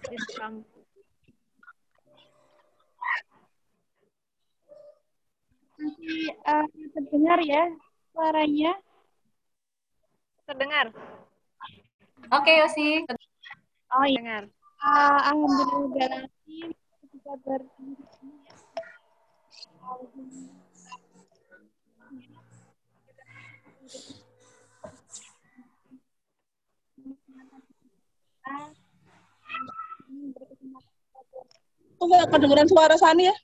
Disambung. Masih terdengar ya suaranya? Terdengar? Oke, Yosi. Oh iya. Dengar. Alhamdulillah kita bertemu di sini ya. Kok nggak kedengeran suara Sani ya?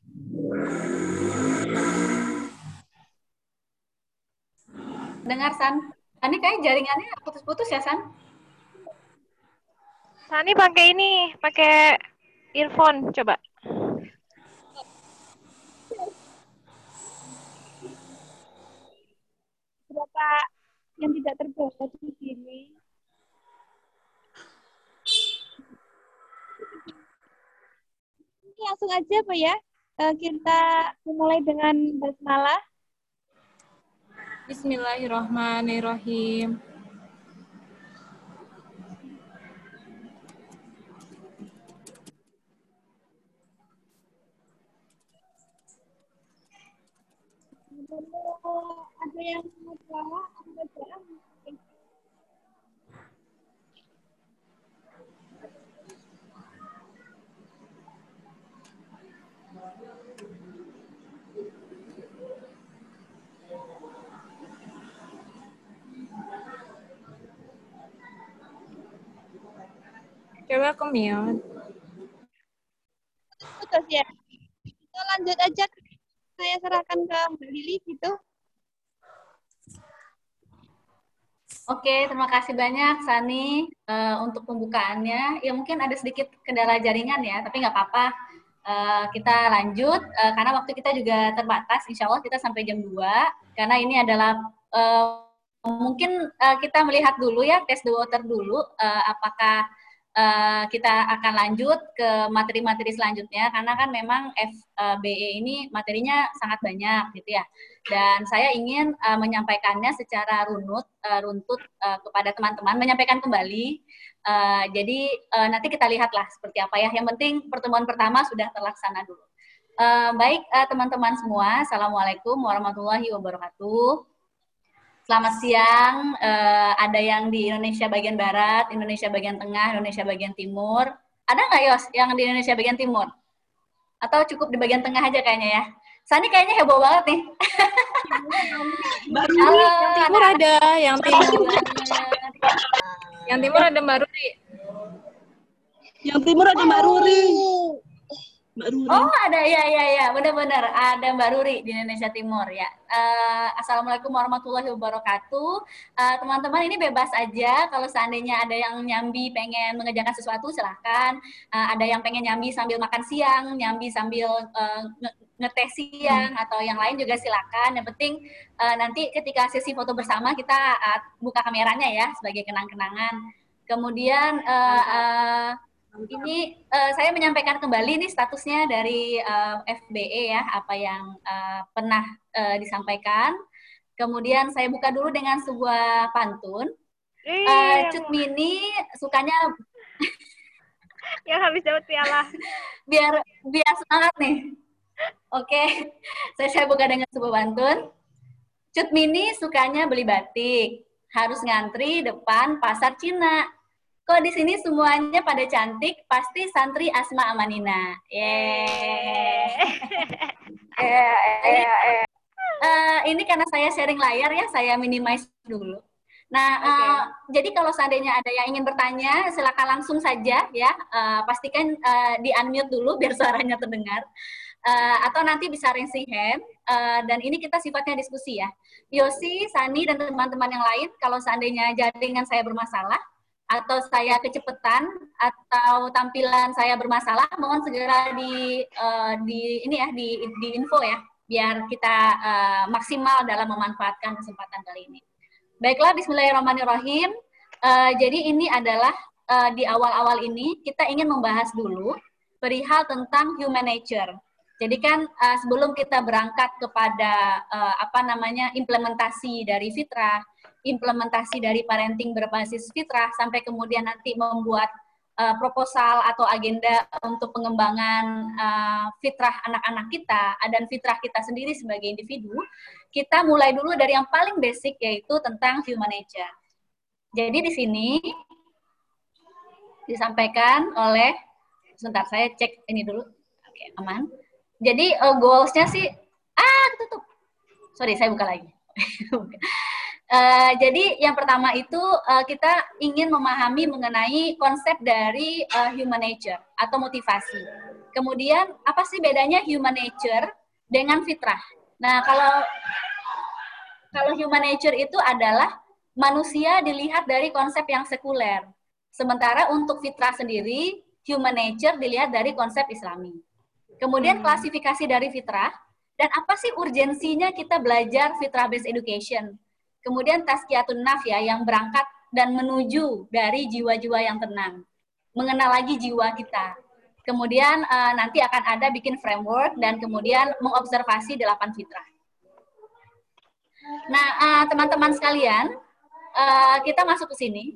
Dengar, San. Ini kayak jaringannya putus-putus ya, San? Sani pakai ini, pakai earphone, coba. Berapa yang tidak terbaca di sini? Langsung aja Pak ya. Kita mulai dengan basmalah. Bismillahirrahmanirrahim. Ada yang mau bawa bacaan? Coba aku mute. Putus ya. Kita lanjut aja. Saya serahkan ke Mbak Lili gitu. Oke, terima kasih banyak Sani untuk pembukaannya. Ya mungkin ada sedikit kendala jaringan ya, tapi nggak apa-apa. Kita lanjut, karena waktu kita juga terbatas. Insya Allah kita sampai jam 2, karena ini adalah mungkin kita melihat dulu ya, tes the water dulu, apakah kita akan lanjut ke materi-materi selanjutnya, karena kan memang FBE ini materinya sangat banyak gitu ya. Dan saya ingin menyampaikannya secara runtut kepada teman-teman, menyampaikan kembali. Jadi nanti kita lihatlah seperti apa ya. Yang penting pertemuan pertama sudah terlaksana dulu. Baik teman-teman semua, Assalamualaikum warahmatullahi wabarakatuh. Selamat siang, ada yang di Indonesia bagian Barat, Indonesia bagian Tengah, Indonesia bagian Timur. Ada nggak Yos yang di Indonesia bagian Timur? Atau cukup di bagian Tengah aja kayaknya ya? Sani kayaknya heboh banget nih. Halo, yang timur ada, yang timur. Yang timur ada Mbak Ruri. Yang timur ada Mbak Ruri. Mbak Ruri. Oh ada, ya, benar-benar ada Mbak Ruri di Indonesia Timur ya. Assalamualaikum warahmatullahi wabarakatuh. Teman-teman ini bebas aja, kalau seandainya ada yang nyambi pengen mengerjakan sesuatu silahkan. Ada yang pengen nyambi sambil makan siang, nyambi sambil ngetes siang, atau yang lain juga silakan. Yang penting nanti ketika sesi foto bersama kita buka kameranya ya sebagai kenang-kenangan. Kemudian ini saya menyampaikan kembali nih statusnya dari FBE ya, apa yang pernah disampaikan. Kemudian saya buka dulu dengan sebuah pantun. Cut Mini sukanya yang habis dapat piala. biar semangat nih. Oke, saya buka dengan sebuah pantun. Cut Mini sukanya beli batik, harus ngantri depan pasar Cina. Kok di sini semuanya pada cantik, pasti santri Asma Amanina. Ini karena saya sharing layar ya, saya minimize dulu. Nah, jadi kalau seandainya ada yang ingin bertanya, silakan langsung saja ya. Pastikan di-unmute dulu biar suaranya terdengar. Atau nanti bisa raising hand, dan ini kita sifatnya diskusi ya. Yosi, Sani, dan teman-teman yang lain, kalau seandainya jaringan saya bermasalah, atau saya kecepatan, atau tampilan saya bermasalah, mohon segera di info ya, biar kita maksimal dalam memanfaatkan kesempatan kali ini. Baiklah, bismillahirrahmanirrahim. Jadi ini adalah di awal-awal ini kita ingin membahas dulu perihal tentang human nature. Jadi kan sebelum kita berangkat kepada implementasi dari fitrah, implementasi dari parenting berbasis fitrah, sampai kemudian nanti membuat proposal atau agenda untuk pengembangan fitrah anak-anak kita dan fitrah kita sendiri sebagai individu, kita mulai dulu dari yang paling basic, yaitu tentang human nature. Jadi di sini disampaikan oleh, sebentar saya cek ini dulu, oke, aman. Jadi goals-nya sih, tutup. Sorry, saya buka lagi. Jadi yang pertama itu kita ingin memahami mengenai konsep dari human nature atau motivasi. Kemudian apa sih bedanya human nature dengan fitrah? Nah, kalau human nature itu adalah manusia dilihat dari konsep yang sekuler. Sementara untuk fitrah sendiri, human nature dilihat dari konsep Islami. Kemudian klasifikasi dari fitrah, dan apa sih urgensinya kita belajar fitrah based education. Kemudian tazkiyatun nafs ya, yang berangkat dan menuju dari jiwa-jiwa yang tenang. Mengenal lagi jiwa kita. Kemudian nanti akan ada bikin framework dan kemudian mengobservasi 8 fitrah. Nah, teman-teman sekalian, kita masuk ke sini.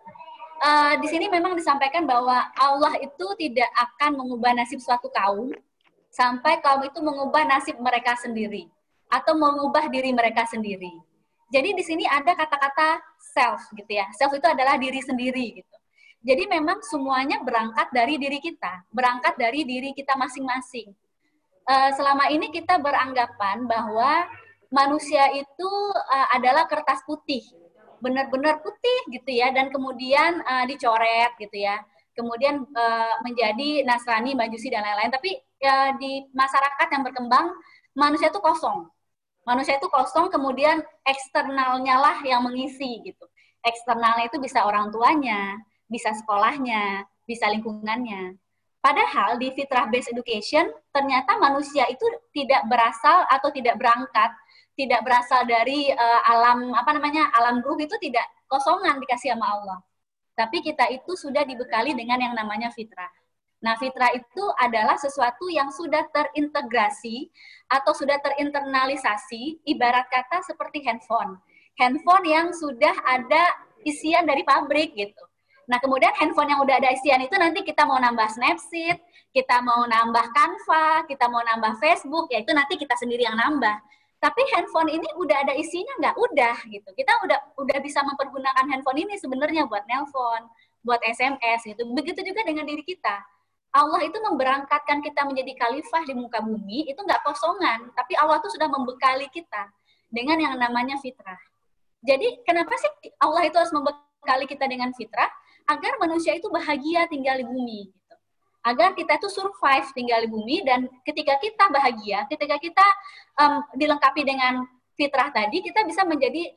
Di sini memang disampaikan bahwa Allah itu tidak akan mengubah nasib suatu kaum sampai kaum itu mengubah nasib mereka sendiri atau mengubah diri mereka sendiri. Jadi di sini ada kata-kata self gitu ya. Self itu adalah diri sendiri gitu. Jadi memang semuanya berangkat dari diri kita, berangkat dari diri kita masing-masing. Selama ini kita beranggapan bahwa manusia itu adalah kertas putih, benar-benar putih gitu ya, dan kemudian dicoret gitu ya. Kemudian menjadi Nasrani, Majusi dan lain-lain. Tapi di masyarakat yang berkembang, manusia itu kosong. Manusia itu kosong, kemudian eksternalnya lah yang mengisi gitu. Eksternalnya itu bisa orang tuanya, bisa sekolahnya, bisa lingkungannya. Padahal di fitrah based education ternyata manusia itu tidak berasal atau tidak berangkat, tidak berasal dari alam ruh, itu tidak kosongan dikasih sama Allah. Tapi kita itu sudah dibekali dengan yang namanya fitrah. Nah, fitrah itu adalah sesuatu yang sudah terintegrasi atau sudah terinternalisasi, ibarat kata seperti handphone. Handphone yang sudah ada isian dari pabrik gitu. Nah, kemudian handphone yang udah ada isian itu nanti kita mau nambah Snapseed, kita mau nambah Canva, kita mau nambah Facebook, ya itu nanti kita sendiri yang nambah. Tapi handphone ini udah ada isinya nggak? Udah gitu. Kita udah bisa mempergunakan handphone ini sebenarnya buat nelpon, buat SMS gitu. Begitu juga dengan diri kita. Allah itu memberangkatkan kita menjadi khalifah di muka bumi, itu nggak kosongan, tapi Allah itu sudah membekali kita dengan yang namanya fitrah. Jadi kenapa sih Allah itu harus membekali kita dengan fitrah? Agar manusia itu bahagia tinggal di bumi. Gitu. Agar kita itu survive tinggal di bumi, dan ketika kita bahagia, ketika kita dilengkapi dengan fitrah tadi, kita bisa menjadi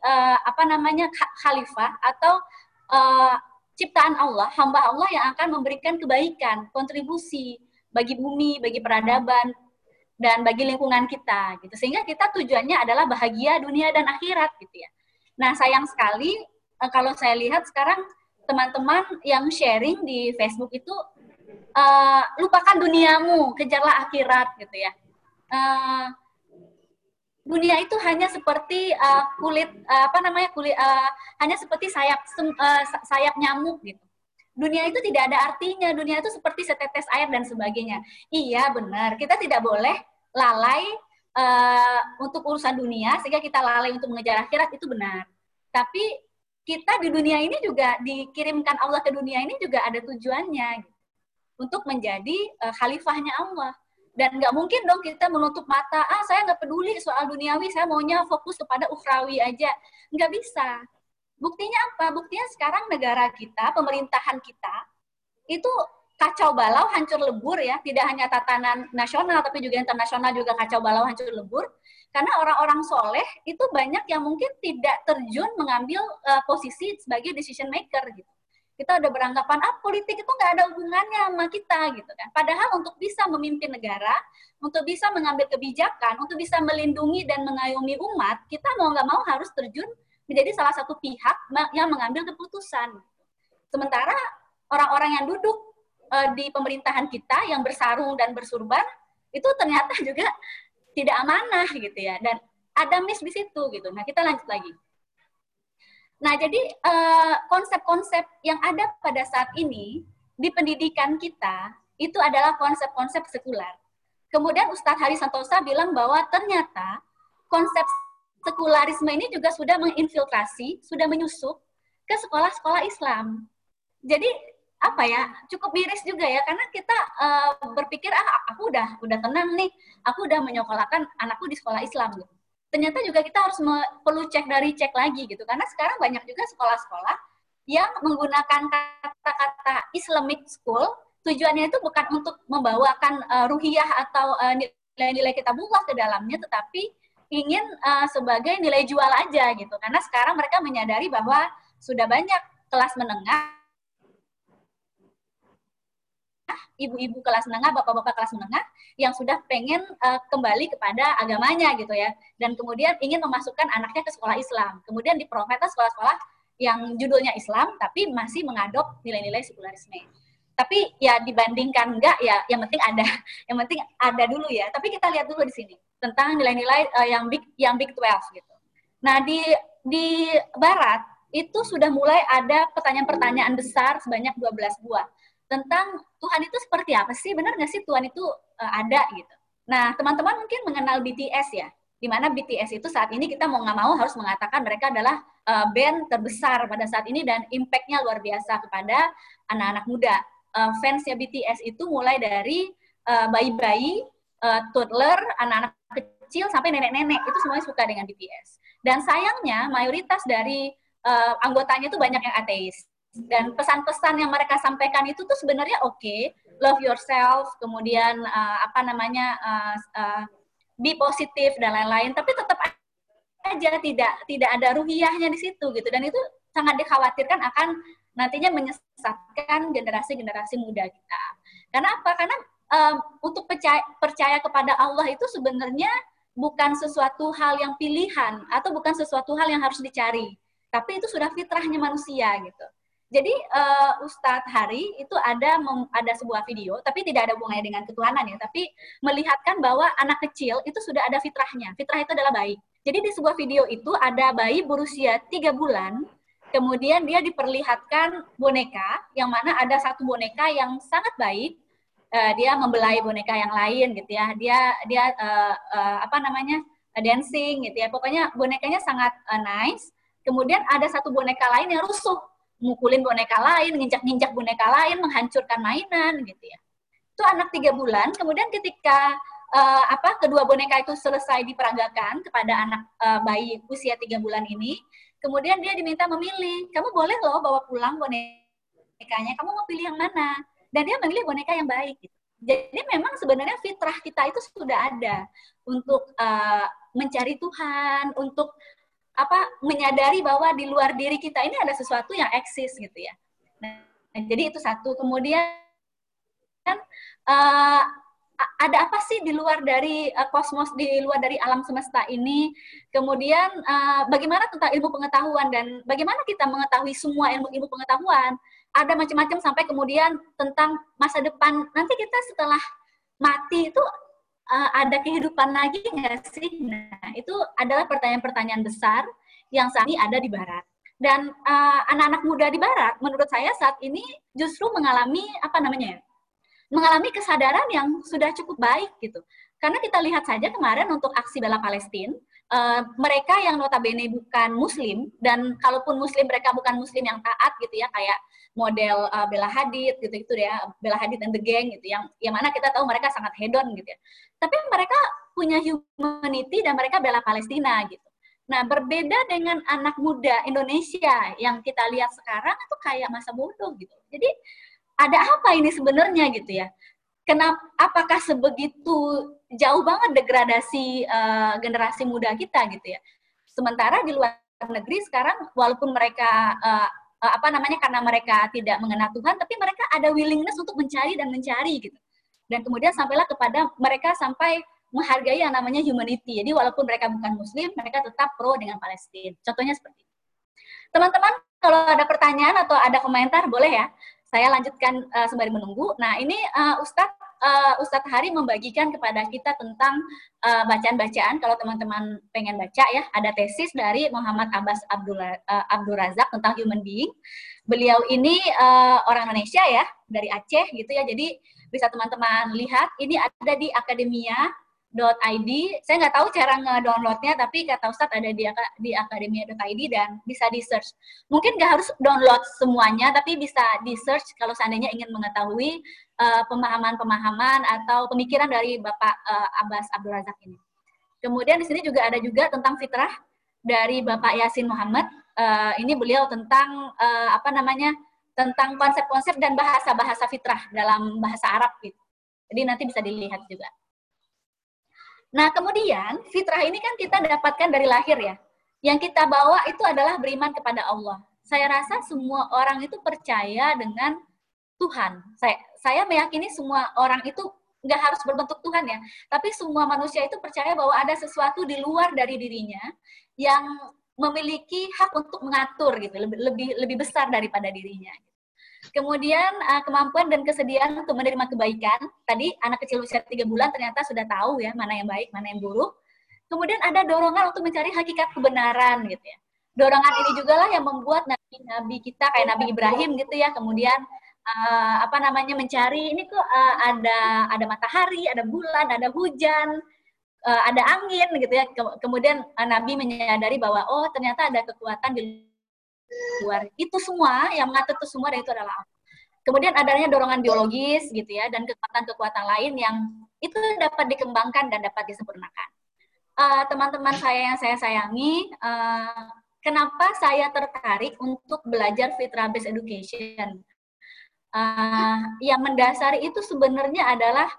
khalifah atau ciptaan Allah, hamba Allah yang akan memberikan kebaikan, kontribusi bagi bumi, bagi peradaban, dan bagi lingkungan kita, gitu. Sehingga kita tujuannya adalah bahagia dunia dan akhirat, gitu ya. Nah, sayang sekali kalau saya lihat sekarang teman-teman yang sharing di Facebook itu lupakan duniamu, kejarlah akhirat, gitu ya. Dunia itu hanya seperti hanya seperti sayap nyamuk gitu. Dunia itu tidak ada artinya, dunia itu seperti setetes air dan sebagainya. Iya benar, kita tidak boleh lalai untuk urusan dunia sehingga kita lalai untuk mengejar akhirat, itu benar. Tapi kita di dunia ini juga dikirimkan Allah ke dunia ini juga ada tujuannya gitu, untuk menjadi khalifahnya Allah. Dan nggak mungkin dong kita menutup mata, saya nggak peduli soal duniawi, saya maunya fokus kepada ukhrawi aja. Nggak bisa. Buktinya apa? Buktinya sekarang negara kita, pemerintahan kita, itu kacau balau, hancur lebur ya. Tidak hanya tatanan nasional, tapi juga internasional juga kacau balau, hancur lebur. Karena orang-orang soleh itu banyak yang mungkin tidak terjun mengambil posisi sebagai decision maker gitu. Kita udah beranggapan, politik itu nggak ada hubungannya sama kita, gitu kan. Padahal untuk bisa memimpin negara, untuk bisa mengambil kebijakan, untuk bisa melindungi dan mengayomi umat, kita mau nggak mau harus terjun menjadi salah satu pihak yang mengambil keputusan. Sementara orang-orang yang duduk di pemerintahan kita, yang bersarung dan bersurban, itu ternyata juga tidak amanah, gitu ya. Dan ada miss di situ, gitu. Nah, kita lanjut lagi. Nah, jadi konsep-konsep yang ada pada saat ini di pendidikan kita itu adalah konsep-konsep sekular. Kemudian Ustadz Hari Santosa bilang bahwa ternyata konsep sekularisme ini juga sudah menginfiltrasi, sudah menyusup ke sekolah-sekolah Islam. Jadi apa ya, cukup miris juga ya, karena kita berpikir aku udah tenang nih, aku udah menyekolahkan anakku di sekolah Islam gitu. Ternyata juga kita harus perlu cek lagi gitu, karena sekarang banyak juga sekolah-sekolah yang menggunakan kata-kata Islamic school, tujuannya itu bukan untuk membawakan ruhiyah atau nilai-nilai kitabullah ke dalamnya, tetapi ingin sebagai nilai jual aja gitu, karena sekarang mereka menyadari bahwa sudah banyak kelas menengah, ibu-ibu kelas menengah, bapak-bapak kelas menengah yang sudah pengen kembali kepada agamanya gitu ya, dan kemudian ingin memasukkan anaknya ke sekolah Islam. Kemudian diprofitkan sekolah-sekolah yang judulnya Islam tapi masih mengadop nilai-nilai sekularisme. Tapi ya dibandingkan enggak ya, yang penting ada dulu ya. Tapi kita lihat dulu di sini tentang nilai-nilai yang Big 12 gitu. Nah, di barat itu sudah mulai ada pertanyaan-pertanyaan besar sebanyak 12 buah tentang Tuhan itu seperti apa sih? Benar nggak sih Tuhan itu ada gitu? Nah, teman-teman mungkin mengenal BTS ya, di mana BTS itu saat ini kita mau nggak mau harus mengatakan mereka adalah band terbesar pada saat ini dan impact-nya luar biasa kepada anak-anak muda. Fansnya BTS itu mulai dari bayi-bayi, toddler, anak-anak kecil sampai nenek-nenek itu semuanya suka dengan BTS. Dan sayangnya mayoritas dari anggotanya itu banyak yang ateis. Dan pesan-pesan yang mereka sampaikan itu tuh sebenarnya oke, love yourself, kemudian be positif dan lain-lain, tapi tetap aja tidak ada ruhiyahnya di situ gitu, dan itu sangat dikhawatirkan akan nantinya menyesatkan generasi-generasi muda kita. Karena apa? Karena untuk percaya kepada Allah itu sebenarnya bukan sesuatu hal yang pilihan atau bukan sesuatu hal yang harus dicari, tapi itu sudah fitrahnya manusia gitu. Jadi Ustadz Hari itu ada sebuah video, tapi tidak ada hubungannya dengan ketuhanan ya, tapi melihatkan bahwa anak kecil itu sudah ada fitrahnya. Fitrah itu adalah baik. Jadi di sebuah video itu ada bayi berusia 3 bulan, kemudian dia diperlihatkan boneka, yang mana ada satu boneka yang sangat baik, dia membelai boneka yang lain gitu ya, dia dancing gitu ya, pokoknya bonekanya sangat nice. Kemudian ada satu boneka lain yang rusuh, mukulin boneka lain, nginjak-nginjak boneka lain, menghancurkan mainan gitu ya. Itu anak 3 bulan, kemudian ketika kedua boneka itu selesai diperagakan kepada anak bayi usia 3 bulan ini, kemudian dia diminta memilih, kamu boleh loh bawa pulang bonekanya, kamu mau pilih yang mana? Dan dia memilih boneka yang baik gitu. Jadi memang sebenarnya fitrah kita itu sudah ada untuk mencari Tuhan, untuk menyadari bahwa di luar diri kita ini ada sesuatu yang eksis gitu ya. Nah, jadi itu satu. Kemudian ada apa sih di luar dari kosmos, di luar dari alam semesta ini? Kemudian bagaimana tentang ilmu pengetahuan dan bagaimana kita mengetahui semua ilmu pengetahuan? Ada macam-macam sampai kemudian tentang masa depan. Nanti kita setelah mati itu ada kehidupan lagi nggak sih? Nah, itu adalah pertanyaan-pertanyaan besar yang saat ini ada di Barat. Dan anak-anak muda di Barat, menurut saya saat ini justru mengalami mengalami kesadaran yang sudah cukup baik gitu. Karena kita lihat saja kemarin untuk aksi bela Palestina, mereka yang notabene bukan Muslim, dan kalaupun Muslim mereka bukan Muslim yang taat gitu ya, kayak model Bella Hadid gitu ya, Bella Hadid and the Gang gitu, yang mana kita tahu mereka sangat hedon gitu ya. Tapi mereka punya humanity dan mereka bela Palestina gitu. Nah, berbeda dengan anak muda Indonesia yang kita lihat sekarang itu kayak masa bodoh gitu. Jadi ada apa ini sebenarnya gitu ya? Apakah sebegitu jauh banget degradasi generasi muda kita gitu ya? Sementara di luar negeri sekarang walaupun mereka karena mereka tidak mengenal Tuhan, tapi mereka ada willingness untuk mencari gitu. Dan kemudian sampailah kepada mereka sampai menghargai yang namanya humanity. Jadi walaupun mereka bukan Muslim, mereka tetap pro dengan Palestina. Contohnya seperti itu. Teman-teman, kalau ada pertanyaan atau ada komentar, boleh ya. Saya lanjutkan sembari menunggu. Nah, ini Ustadz Ustadz Hari membagikan kepada kita tentang bacaan-bacaan. Kalau teman-teman pengen baca ya, ada tesis dari Muhammad Abbas Abdul Razak tentang human being. Beliau ini orang Indonesia ya, dari Aceh gitu ya. Jadi bisa teman-teman lihat, ini ada di akademia.id. Saya nggak tahu cara nge-downloadnya, tapi kata Ustadz ada di akademia.id dan bisa di-search. Mungkin nggak harus download semuanya, tapi bisa di-search kalau seandainya ingin mengetahui pemahaman-pemahaman atau pemikiran dari Bapak Abbas Abdul Razak ini. Kemudian di sini juga ada juga tentang fitrah dari Bapak Yasin Muhammad. Ini beliau tentang tentang konsep-konsep dan bahasa-bahasa fitrah dalam bahasa Arab gitu. Jadi nanti bisa dilihat juga. Nah, kemudian fitrah ini kan kita dapatkan dari lahir ya. Yang kita bawa itu adalah beriman kepada Allah. Saya rasa semua orang itu percaya dengan Tuhan. Saya meyakini semua orang itu nggak harus berbentuk Tuhan ya, tapi semua manusia itu percaya bahwa ada sesuatu di luar dari dirinya yang memiliki hak untuk mengatur gitu, lebih besar daripada dirinya. Kemudian kemampuan dan kesediaan untuk menerima kebaikan. Tadi anak kecil usia 3 bulan ternyata sudah tahu ya mana yang baik, mana yang buruk. Kemudian ada dorongan untuk mencari hakikat kebenaran gitu ya. Dorongan ini juga lah yang membuat nabi-nabi kita kayak Nabi Ibrahim gitu ya. Kemudian mencari ini kok ada matahari, ada bulan, ada hujan, ada angin gitu ya. Kemudian Nabi menyadari bahwa oh ternyata ada kekuatan di luar itu semua, yang mengatur itu semua, dan itu adalah Allah. Kemudian adanya dorongan biologis gitu ya, dan kekuatan-kekuatan lain yang itu dapat dikembangkan dan dapat disempurnakan. Teman-teman saya yang saya sayangi, kenapa saya tertarik untuk belajar fitrah based education? Yang mendasari itu sebenarnya adalah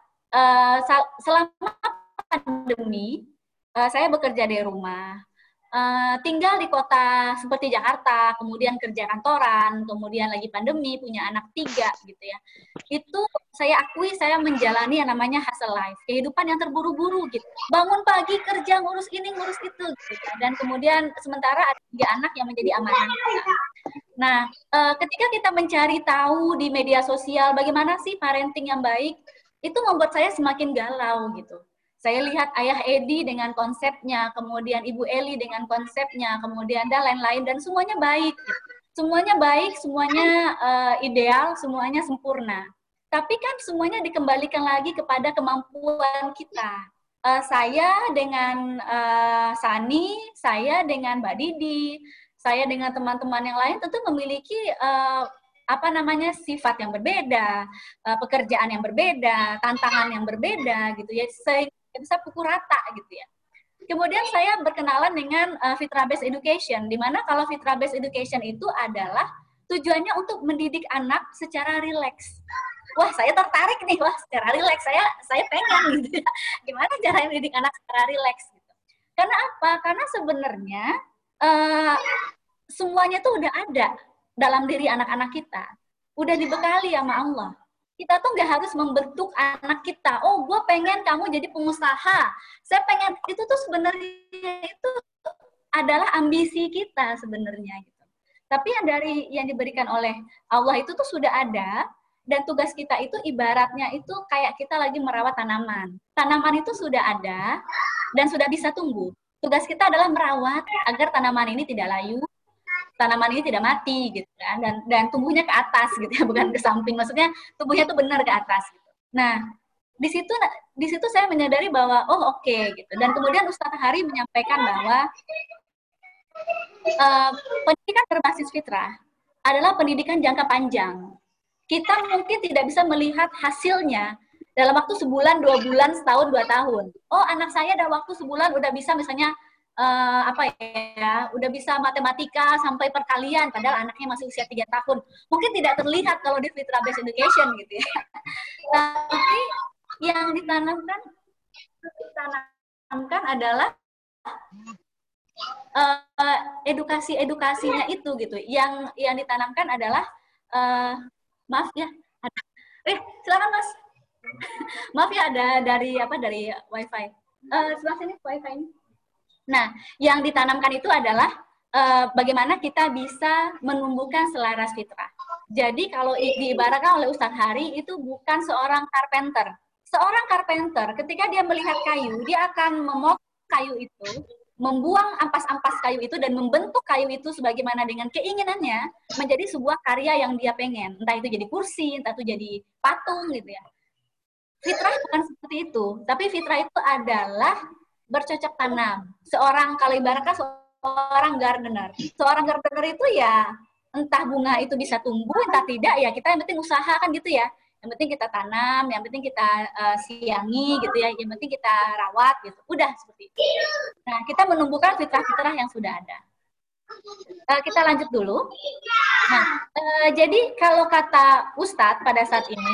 selama pandemi, saya bekerja dari rumah. Tinggal di kota seperti Jakarta, kemudian kerja kantoran, kemudian lagi pandemi, punya anak 3 gitu ya. Itu saya akui saya menjalani yang namanya hustle life, kehidupan yang terburu-buru gitu. Bangun pagi, kerja, ngurus ini, ngurus itu gitu ya. Dan kemudian sementara ada 3 anak yang menjadi amanah kita. Nah, ketika kita mencari tahu di media sosial bagaimana sih parenting yang baik, itu membuat saya semakin galau gitu. Saya lihat Ayah Edi dengan konsepnya, kemudian Ibu Eli dengan konsepnya, kemudian dan lain-lain, dan semuanya baik. Semuanya baik, semuanya ideal, semuanya sempurna. Tapi kan semuanya dikembalikan lagi kepada kemampuan kita. Saya dengan Sani, saya dengan Mbak Didi, saya dengan teman-teman yang lain tentu memiliki sifat yang berbeda, pekerjaan yang berbeda, tantangan yang berbeda gitu ya. Bisa pukul rata gitu ya. Kemudian saya berkenalan dengan fitrah based education, di mana kalau fitrah based education itu adalah tujuannya untuk mendidik anak secara rileks. Wah, saya tertarik nih, secara rileks saya pengen gitu ya. Gimana cara mendidik anak secara rileks gitu. Karena apa? Karena sebenarnya semuanya tuh udah ada dalam diri anak-anak kita. Udah dibekali sama Allah. Kita tuh nggak harus membentuk anak kita. Oh, gue pengen kamu jadi pengusaha. Saya pengen, itu tuh sebenarnya itu adalah ambisi kita sebenarnya gitu. Tapi yang diberikan oleh Allah itu tuh sudah ada, dan tugas kita itu ibaratnya itu kayak kita lagi merawat tanaman. Tanaman itu sudah ada dan sudah bisa tumbuh. Tugas kita adalah merawat agar tanaman ini tidak layu, tanaman ini tidak mati gitu kan, dan tumbuhnya ke atas gitu ya, bukan ke samping, maksudnya tumbuhnya tuh benar ke atas gitu. Nah, di situ saya menyadari bahwa oh oke, gitu. Dan kemudian Ustadz Hari menyampaikan bahwa pendidikan berbasis fitrah adalah pendidikan jangka panjang. Kita mungkin tidak bisa melihat hasilnya dalam waktu sebulan, 2 bulan, setahun, 2 tahun. Oh, anak saya dalam waktu sebulan udah bisa misalnya udah bisa matematika sampai perkalian, padahal anaknya masih usia 3 tahun. Mungkin tidak terlihat kalau di fitrah based education gitu ya. Tapi yang ditanamkan adalah edukasinya itu gitu. Yang ditanamkan adalah maaf ya. Silakan Mas. Maaf ya, ada dari WiFi. Sebelah sini WiFi ini. Nah, yang ditanamkan itu adalah bagaimana kita bisa menumbuhkan selaras fitrah. Jadi kalau diibaratkan oleh Ustadz Hari itu bukan seorang carpenter, Seorang carpenter ketika dia melihat kayu, dia akan memotong kayu itu, membuang ampas-ampas kayu itu dan membentuk kayu itu sebagaimana dengan keinginannya menjadi sebuah karya yang dia pengen. Entah itu jadi kursi, entah itu jadi patung gitu ya. Fitrah bukan seperti itu, tapi fitrah itu adalah bercocok tanam. Kalau ibaratnya seorang gardener. Seorang gardener itu ya entah bunga itu bisa tumbuh, entah tidak ya kita yang penting usaha kan gitu ya. Yang penting kita tanam, yang penting kita siangi gitu ya, yang penting kita rawat gitu. Udah seperti itu. Nah, kita menumbuhkan fitrah-fitrah yang sudah ada. Kita lanjut dulu. Nah, jadi kalau kata Ustadz pada saat ini,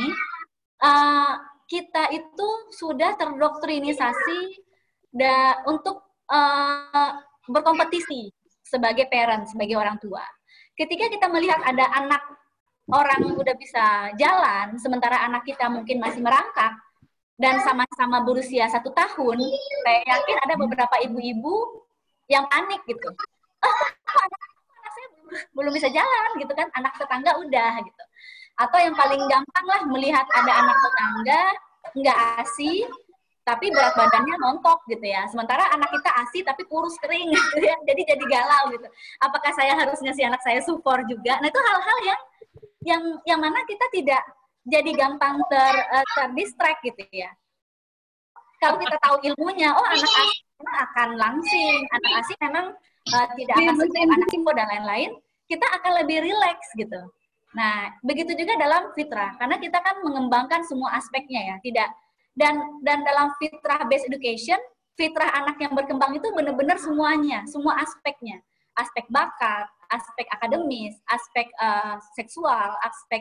kita itu sudah terdoktrinisasi untuk berkompetisi sebagai parent, sebagai orang tua. Ketika kita melihat ada anak orang udah bisa jalan, sementara anak kita mungkin masih merangkak, dan sama-sama berusia 1 tahun, saya yakin ada beberapa ibu-ibu yang panik gitu. Anak saya belum bisa jalan gitu kan, anak tetangga udah gitu. Atau yang paling gampang lah melihat ada anak tetangga nggak ASI, tapi berat badannya montok gitu ya. Sementara anak kita ASI tapi kurus kering gitu ya. Jadi galau gitu. Apakah saya harus ngasih anak saya support juga? Nah itu hal-hal yang mana kita tidak jadi gampang terdistract gitu ya. Kalau kita tahu ilmunya, oh anak ASI akan langsing, anak ASI memang tidak akan sekuat anak info dan lain-lain, kita akan lebih rileks gitu. Nah, begitu juga dalam fitrah, karena kita kan mengembangkan semua aspeknya ya, tidak dan dalam fitrah based education, fitrah anak yang berkembang itu benar-benar semuanya, semua aspeknya, aspek bakat, aspek akademis, aspek seksual, aspek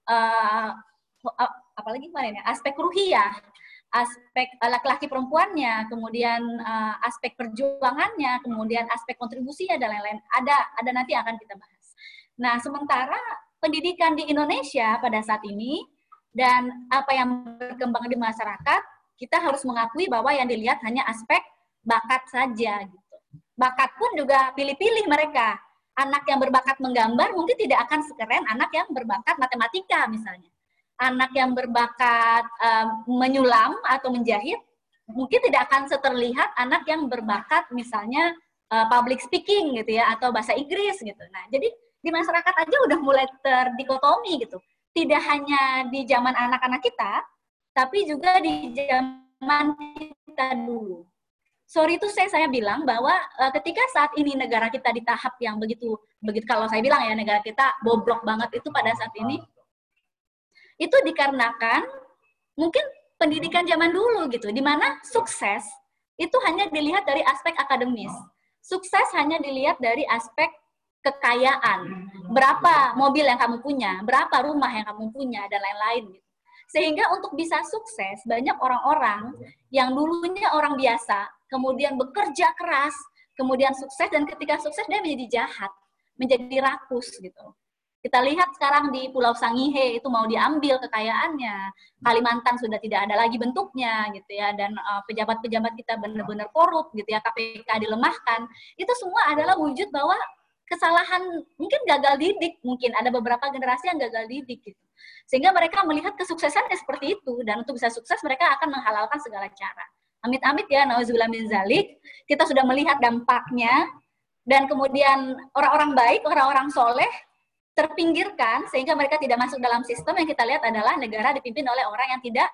apalagi kemarin ya, aspek ruhiyah, aspek laki-laki perempuannya, kemudian aspek perjuangannya, kemudian aspek kontribusinya dan lain-lain. Ada nanti akan kita bahas. Nah, sementara pendidikan di Indonesia pada saat ini dan apa yang berkembang di masyarakat, kita harus mengakui bahwa yang dilihat hanya aspek bakat saja gitu. Bakat pun juga pilih-pilih mereka. Anak yang berbakat menggambar mungkin tidak akan sekeren anak yang berbakat matematika misalnya. Anak yang berbakat menyulam atau menjahit mungkin tidak akan seterlihat anak yang berbakat misalnya public speaking gitu ya atau bahasa Inggris gitu. Nah, jadi di masyarakat aja udah mulai terdikotomi gitu. Tidak hanya di zaman anak-anak kita, tapi juga di zaman kita dulu. Sorry itu saya bilang bahwa ketika saat ini negara kita di tahap yang begitu kalau saya bilang ya negara kita bobrok banget itu pada saat ini, itu dikarenakan mungkin pendidikan zaman dulu gitu, di mana sukses itu hanya dilihat dari aspek akademis. Sukses hanya dilihat dari aspek kekayaan, berapa mobil yang kamu punya, berapa rumah yang kamu punya, dan lain-lain. Sehingga untuk bisa sukses, banyak orang-orang yang dulunya orang biasa, kemudian bekerja keras, kemudian sukses, dan ketika sukses dia menjadi jahat, menjadi rakus gitu. Kita lihat sekarang di Pulau Sangihe itu mau diambil kekayaannya, Kalimantan sudah tidak ada lagi bentuknya gitu ya, dan pejabat-pejabat kita benar-benar korup gitu ya, KPK dilemahkan. Itu semua adalah wujud bahwa kesalahan, mungkin gagal didik, mungkin ada beberapa generasi yang gagal didik gitu. Sehingga mereka melihat kesuksesannya seperti itu, dan untuk bisa sukses mereka akan menghalalkan segala cara. Amit-amit ya, nauzubillah min zalik, kita sudah melihat dampaknya, dan kemudian orang-orang baik, orang-orang soleh terpinggirkan, sehingga mereka tidak masuk dalam sistem yang kita lihat adalah negara dipimpin oleh orang yang tidak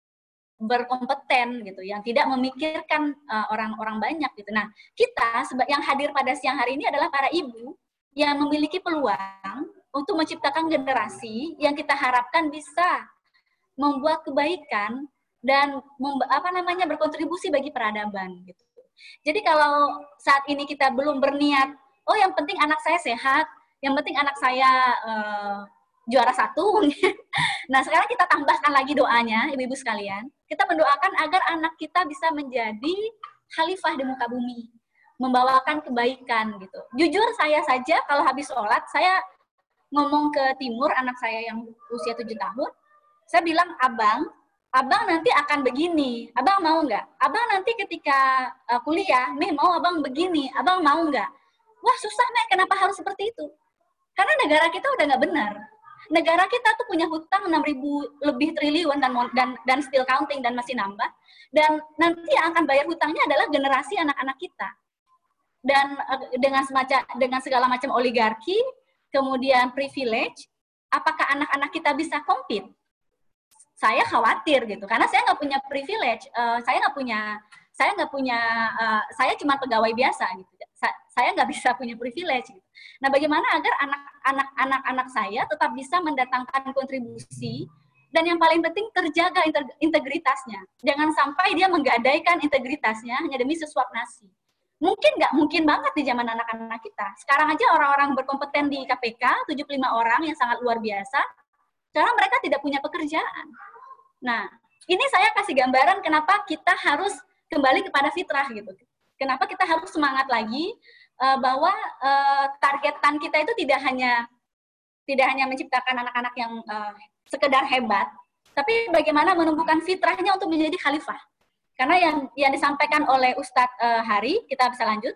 berkompeten gitu, yang tidak memikirkan orang-orang banyak gitu. Nah, kita yang hadir pada siang hari ini adalah para ibu yang memiliki peluang untuk menciptakan generasi yang kita harapkan bisa membuat kebaikan dan berkontribusi bagi peradaban gitu. Jadi kalau saat ini kita belum berniat, oh yang penting anak saya sehat, yang penting anak saya juara 1. Nah, sekarang kita tambahkan lagi doanya, ibu-ibu sekalian. Kita mendoakan agar anak kita bisa menjadi khalifah di muka bumi, membawakan kebaikan gitu. Jujur saya saja kalau habis sholat, saya ngomong ke Timur, anak saya yang usia 7 tahun, saya bilang, abang nanti akan begini, abang mau nggak? Abang nanti ketika kuliah, mau abang begini, abang mau nggak? Wah susah, Mek, kenapa harus seperti itu? Karena negara kita udah nggak benar. negara kita tuh punya hutang 6.000 lebih triliun dan still counting dan masih nambah. Dan nanti yang akan bayar hutangnya adalah generasi anak-anak kita. Dan dengan segala macam oligarki, kemudian privilege, apakah anak-anak kita bisa compete? Saya khawatir gitu, karena saya nggak punya privilege, saya cuma pegawai biasa gitu, saya nggak bisa punya privilege gitu. Nah, bagaimana agar anak-anak saya tetap bisa mendatangkan kontribusi dan yang paling penting terjaga integritasnya, jangan sampai dia menggadaikan integritasnya hanya demi sesuap nasi. Mungkin banget di zaman anak-anak kita. Sekarang aja orang-orang berkompeten di KPK 75 orang yang sangat luar biasa. Sekarang mereka tidak punya pekerjaan. Nah, ini saya kasih gambaran kenapa kita harus kembali kepada fitrah gitu. Kenapa kita harus semangat lagi bahwa targetan kita itu tidak hanya menciptakan anak-anak yang sekedar hebat, tapi bagaimana menumbuhkan fitrahnya untuk menjadi khalifah. Karena yang disampaikan oleh Ustadz Hari, kita bisa lanjut.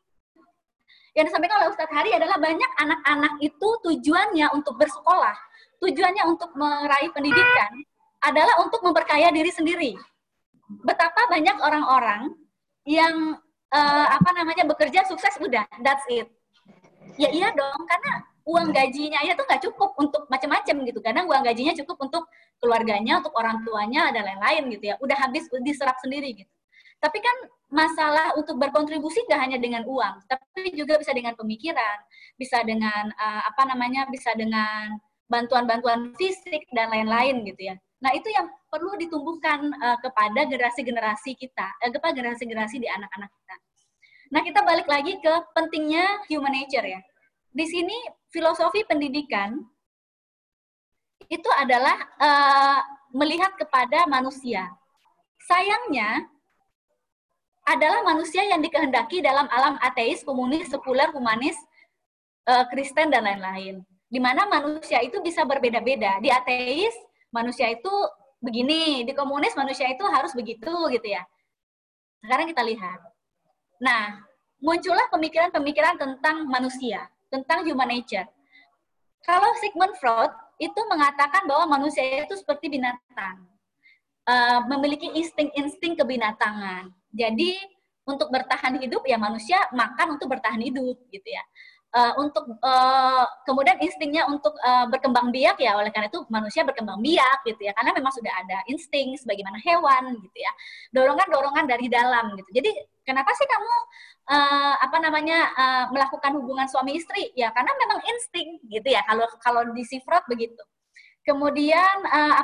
Yang disampaikan oleh Ustadz Hari adalah banyak anak-anak itu tujuannya untuk bersekolah, tujuannya untuk meraih pendidikan, adalah untuk memperkaya diri sendiri. Betapa banyak orang-orang yang bekerja sukses udah, that's it. Ya iya dong, karena uang gajinya ya tuh nggak cukup untuk macam-macam gitu. Kadang uang gajinya cukup untuk keluarganya, untuk orang tuanya, dan lain-lain gitu ya. Udah habis diserap sendiri gitu. Tapi kan masalah untuk berkontribusi nggak hanya dengan uang, tapi juga bisa dengan pemikiran, bisa dengan bisa dengan bantuan-bantuan fisik dan lain-lain gitu ya. Nah, itu yang perlu ditumbuhkan kepada generasi-generasi kita, kepada generasi-generasi di anak-anak kita. Nah, kita balik lagi ke pentingnya human nature ya. Di sini filosofi pendidikan itu adalah melihat kepada manusia. Sayangnya adalah manusia yang dikehendaki dalam alam ateis, komunis, sekuler, humanis, Kristen, dan lain-lain. Di mana manusia itu bisa berbeda-beda. Di ateis, manusia itu begini, di komunis manusia itu harus begitu gitu ya. Sekarang kita lihat. Nah, muncullah pemikiran-pemikiran tentang manusia, tentang human nature. Kalau Sigmund Freud itu mengatakan bahwa manusia itu seperti binatang, memiliki insting-insting kebinatangan. Jadi untuk bertahan hidup ya manusia makan untuk bertahan hidup gitu ya. Kemudian instingnya untuk berkembang biak ya, oleh karena itu manusia berkembang biak gitu ya, karena memang sudah ada insting sebagaimana hewan gitu ya, dorongan-dorongan dari dalam gitu. Jadi kenapa sih kamu melakukan hubungan suami istri ya, karena memang insting gitu ya, kalau di si Freud begitu. Kemudian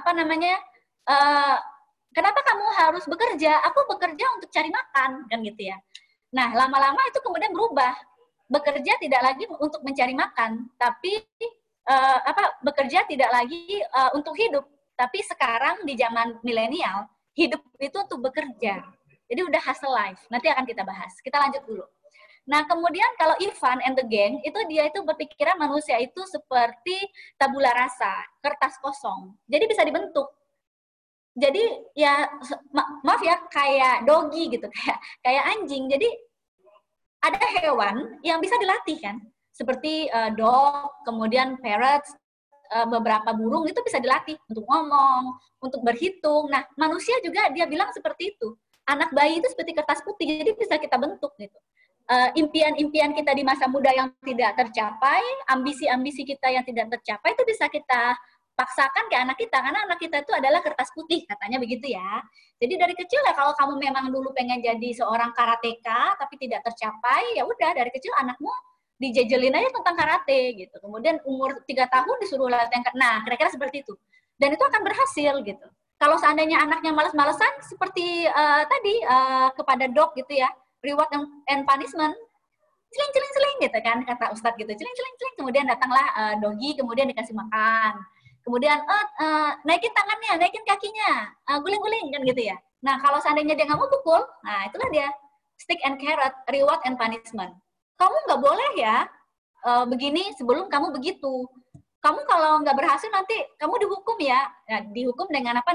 kenapa kamu harus bekerja? Aku bekerja untuk cari makan kan gitu ya. Nah, lama-lama itu kemudian berubah. Bekerja tidak lagi untuk mencari makan, tapi bekerja tidak lagi untuk hidup. Tapi sekarang di zaman milenial, hidup itu untuk bekerja. Jadi udah hustle life. Nanti akan kita bahas. Kita lanjut dulu. Nah, kemudian kalau Ivan and the gang, dia itu berpikiran manusia itu seperti tabula rasa, kertas kosong. Jadi bisa dibentuk. Jadi ya maaf ya, kayak doggy gitu, kayak anjing. Jadi ada hewan yang bisa dilatih kan, seperti dog, kemudian parrots, beberapa burung itu bisa dilatih untuk ngomong, untuk berhitung. Nah, manusia juga dia bilang seperti itu. Anak bayi itu seperti kertas putih, jadi bisa kita bentuk gitu. Impian-impian kita di masa muda yang tidak tercapai, ambisi-ambisi kita yang tidak tercapai itu bisa kita paksakan ke anak kita, karena anak kita itu adalah kertas putih, katanya begitu ya. Jadi dari kecil ya, kalau kamu memang dulu pengen jadi seorang karateka tapi tidak tercapai, ya udah dari kecil anakmu dijejelin aja tentang karate gitu. Kemudian umur 3 tahun disuruh latihan, nah kira-kira seperti itu. Dan itu akan berhasil gitu. Kalau seandainya anaknya malas-malesan seperti tadi kepada dog gitu ya, reward and punishment, celing gitu kan kata Ustadz gitu, celing, kemudian datanglah doggy, kemudian dikasih makan. Kemudian naikin tangannya, naikin kakinya, guling-guling kan gitu ya. Nah, kalau seandainya dia nggak mau pukul, nah itulah dia stick and carrot, reward and punishment. Kamu nggak boleh ya begini sebelum kamu begitu. Kamu kalau nggak berhasil nanti kamu dihukum ya. Nah, dihukum dengan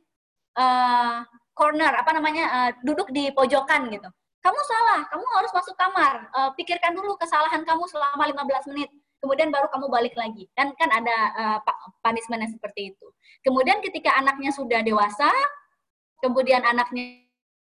corner, duduk di pojokan gitu. Kamu salah, kamu harus masuk kamar, pikirkan dulu kesalahan kamu selama 15 menit. kemudian baru kamu balik lagi. Kan ada punishment yang seperti itu. Kemudian ketika anaknya sudah dewasa, kemudian anaknya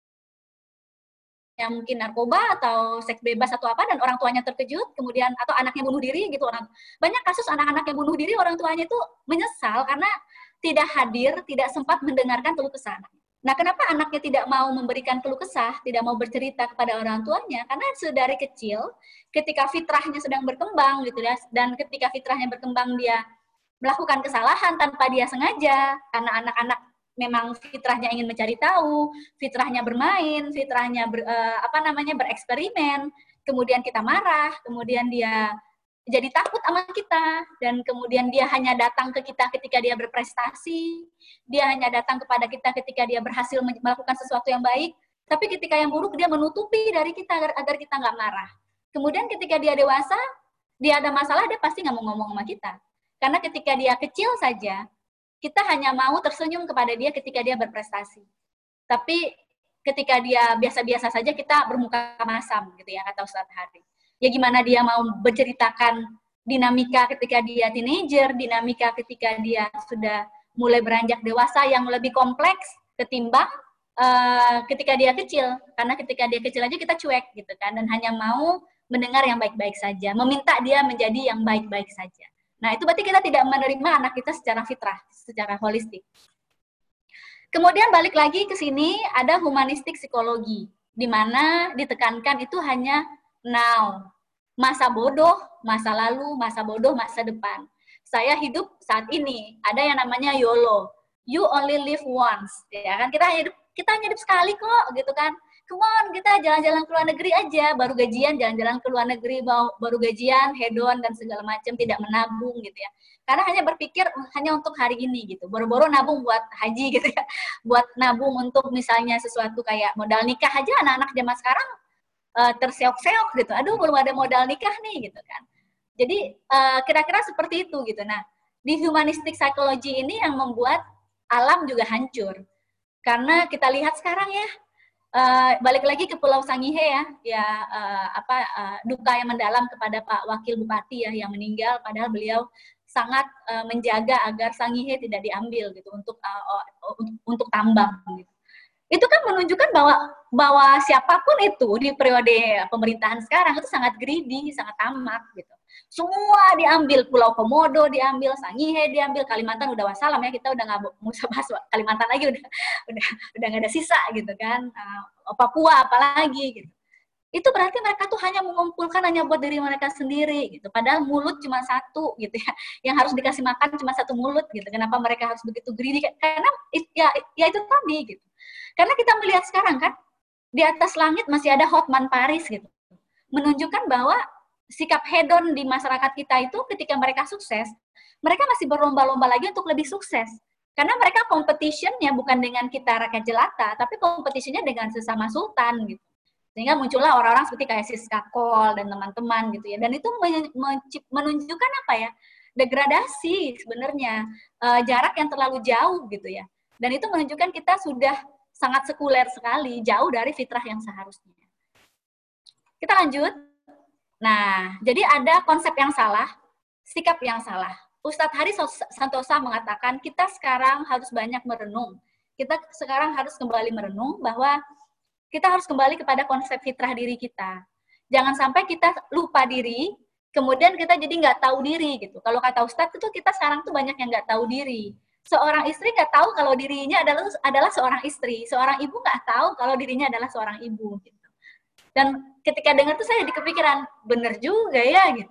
yang mungkin narkoba atau seks bebas atau apa, dan orang tuanya terkejut, kemudian atau anaknya bunuh diri gitu, banyak kasus anak-anak yang bunuh diri, orang tuanya itu menyesal karena tidak hadir, tidak sempat mendengarkan keluh kesah. Nah, kenapa anaknya tidak mau memberikan keluh kesah, tidak mau bercerita kepada orang tuanya? Karena dari kecil, ketika fitrahnya sedang berkembang gitu ya, dan ketika fitrahnya berkembang dia melakukan kesalahan tanpa dia sengaja, karena anak-anak memang fitrahnya ingin mencari tahu, fitrahnya bermain, fitrahnya bereksperimen, kemudian kita marah, kemudian dia jadi takut sama kita, dan kemudian dia hanya datang ke kita ketika dia berprestasi, dia hanya datang kepada kita ketika dia berhasil melakukan sesuatu yang baik, tapi ketika yang buruk dia menutupi dari kita agar kita nggak marah. Kemudian ketika dia dewasa, dia ada masalah, dia pasti nggak mau ngomong sama kita. Karena ketika dia kecil saja, kita hanya mau tersenyum kepada dia ketika dia berprestasi. Tapi ketika dia biasa-biasa saja, kita bermuka masam, gitu ya, kata Ustadz Hari. Ya gimana dia mau berceritakan dinamika ketika dia teenager, dinamika ketika dia sudah mulai beranjak dewasa yang lebih kompleks ketimbang ketika dia kecil. Karena ketika dia kecil aja kita cuek, gitu kan, dan hanya mau mendengar yang baik-baik saja, meminta dia menjadi yang baik-baik saja. Nah, itu berarti kita tidak menerima anak kita secara fitrah, secara holistik. Kemudian balik lagi ke sini, ada humanistik psikologi, di mana ditekankan itu hanya now. Masa bodoh, masa lalu, masa bodoh, masa depan. Saya hidup saat ini, ada yang namanya YOLO. You only live once. Ya kan? Kita hanya hidup sekali kok, gitu kan. Come on, kita jalan-jalan ke luar negeri aja, baru gajian jalan-jalan ke luar negeri, baru gajian, hedon dan segala macam, tidak menabung gitu ya. Karena hanya berpikir hanya untuk hari ini gitu. Boro-boro nabung buat haji gitu ya. Buat nabung untuk misalnya sesuatu kayak modal nikah aja, anak-anak zaman sekarang terseok-seok gitu. Aduh, belum ada modal nikah nih gitu kan. Jadi kira-kira seperti itu gitu. Nah, di humanistic psychology ini yang membuat alam juga hancur. Karena kita lihat sekarang ya, balik lagi ke Pulau Sangihe ya, duka yang mendalam kepada Pak Wakil Bupati ya yang meninggal, padahal beliau sangat menjaga agar Sangihe tidak diambil gitu untuk tambang gitu. Itu kan menunjukkan bahwa siapapun itu di periode pemerintahan sekarang itu sangat greedy, sangat tamak gitu. Semua diambil, Pulau Komodo diambil, Sangihe diambil, Kalimantan udah wassalam ya, kita udah nggak mau bahas Kalimantan lagi, udah nggak ada sisa gitu kan. Papua apalagi gitu. Itu berarti mereka tuh hanya mengumpulkan hanya buat diri mereka sendiri gitu. Padahal mulut cuma satu gitu ya, yang harus dikasih makan cuma satu mulut gitu. Kenapa mereka harus begitu greedy? Karena ya itu tadi gitu. Karena kita melihat sekarang kan di atas langit masih ada Hotman Paris gitu, menunjukkan bahwa sikap hedon di masyarakat kita itu ketika mereka sukses, mereka masih berlomba-lomba lagi untuk lebih sukses. Karena mereka competition-nya bukan dengan kita rakyat jelata, tapi competition-nya dengan sesama sultan gitu. Sehingga muncullah orang-orang seperti kayak Siska Kol dan teman-teman gitu ya. Dan itu menunjukkan apa ya? Degradasi sebenarnya, jarak yang terlalu jauh gitu ya. Dan itu menunjukkan kita sudah sangat sekuler sekali, jauh dari fitrah yang seharusnya. Kita lanjut. Nah, jadi ada konsep yang salah, sikap yang salah. Ustadz Hari Santosa mengatakan kita sekarang harus banyak merenung. Kita sekarang harus kembali merenung bahwa kita harus kembali kepada konsep fitrah diri kita. Jangan sampai kita lupa diri, kemudian kita jadi nggak tahu diri gitu. Kalau kata Ustadz itu kita sekarang tuh banyak yang nggak tahu diri. Seorang istri nggak tahu kalau dirinya adalah seorang istri. Seorang ibu nggak tahu kalau dirinya adalah seorang ibu. Gitu. Dan ketika dengar tuh saya di kepikiran, bener juga ya gitu.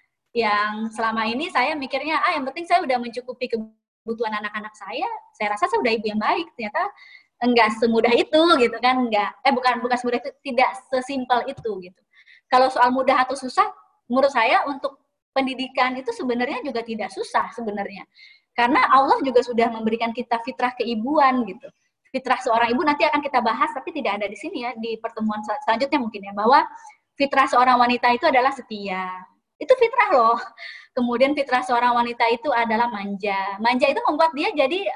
Yang selama ini saya mikirnya, yang penting saya udah mencukupi kebutuhan anak-anak saya rasa saya udah ibu yang baik. Ternyata enggak semudah itu gitu kan, bukan semudah itu, tidak sesimpel itu gitu. Kalau soal mudah atau susah, menurut saya untuk pendidikan itu sebenarnya juga tidak susah sebenarnya. Karena Allah juga sudah memberikan kita fitrah keibuan gitu. Fitrah seorang ibu nanti akan kita bahas, tapi tidak ada di sini ya, di pertemuan selanjutnya mungkin ya, bahwa fitrah seorang wanita itu adalah setia. Itu fitrah loh. Kemudian fitrah seorang wanita itu adalah manja. Manja itu membuat dia jadi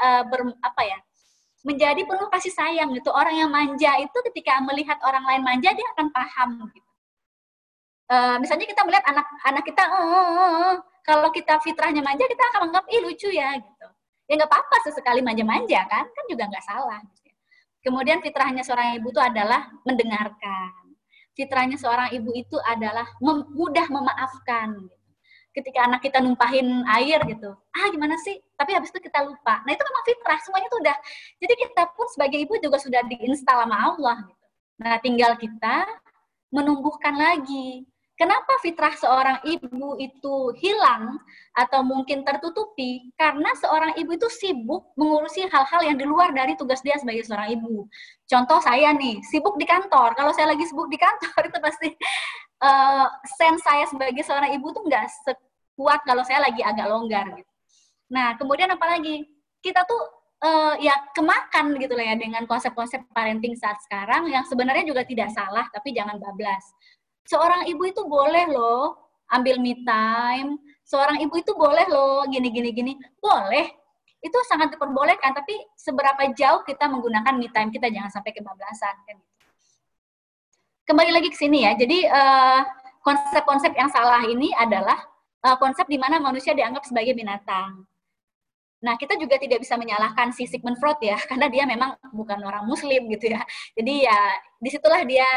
menjadi penuh kasih sayang gitu. Orang yang manja itu ketika melihat orang lain manja, dia akan paham gitu. misalnya kita melihat anak kita, kalau kita fitrahnya manja, kita akan menganggap, lucu ya, gitu. Ya nggak apa-apa sesekali manja-manja, kan juga nggak salah. Gitu. Kemudian fitrahnya seorang ibu itu adalah mendengarkan. Fitrahnya seorang ibu itu adalah mudah memaafkan. Gitu. Ketika anak kita numpahin air gitu, gimana sih? Tapi habis itu kita lupa. Nah itu memang fitrah, semuanya itu udah. Jadi kita pun sebagai ibu juga sudah diinstal sama Allah. Gitu. Nah tinggal kita menumbuhkan lagi. Kenapa fitrah seorang ibu itu hilang atau mungkin tertutupi? Karena seorang ibu itu sibuk mengurusi hal-hal yang di luar dari tugas dia sebagai seorang ibu. Contoh saya nih, sibuk di kantor. Kalau saya lagi sibuk di kantor itu pasti sense saya sebagai seorang ibu tuh nggak sekuat kalau saya lagi agak longgar gitu. Nah, kemudian apalagi kita tuh ya kemakan gitu lah ya dengan konsep-konsep parenting saat sekarang yang sebenarnya juga tidak salah, tapi jangan bablas. Seorang ibu itu boleh loh ambil me time, seorang ibu itu boleh loh gini, boleh. Itu sangat diperbolehkan, tapi seberapa jauh kita menggunakan me time kita, jangan sampai kebablasan kan. Kembali lagi ke sini ya, jadi konsep-konsep yang salah ini adalah konsep di mana manusia dianggap sebagai binatang. Nah, kita juga tidak bisa menyalahkan si Sigmund Freud ya, karena dia memang bukan orang muslim gitu ya. Jadi ya disitulah dia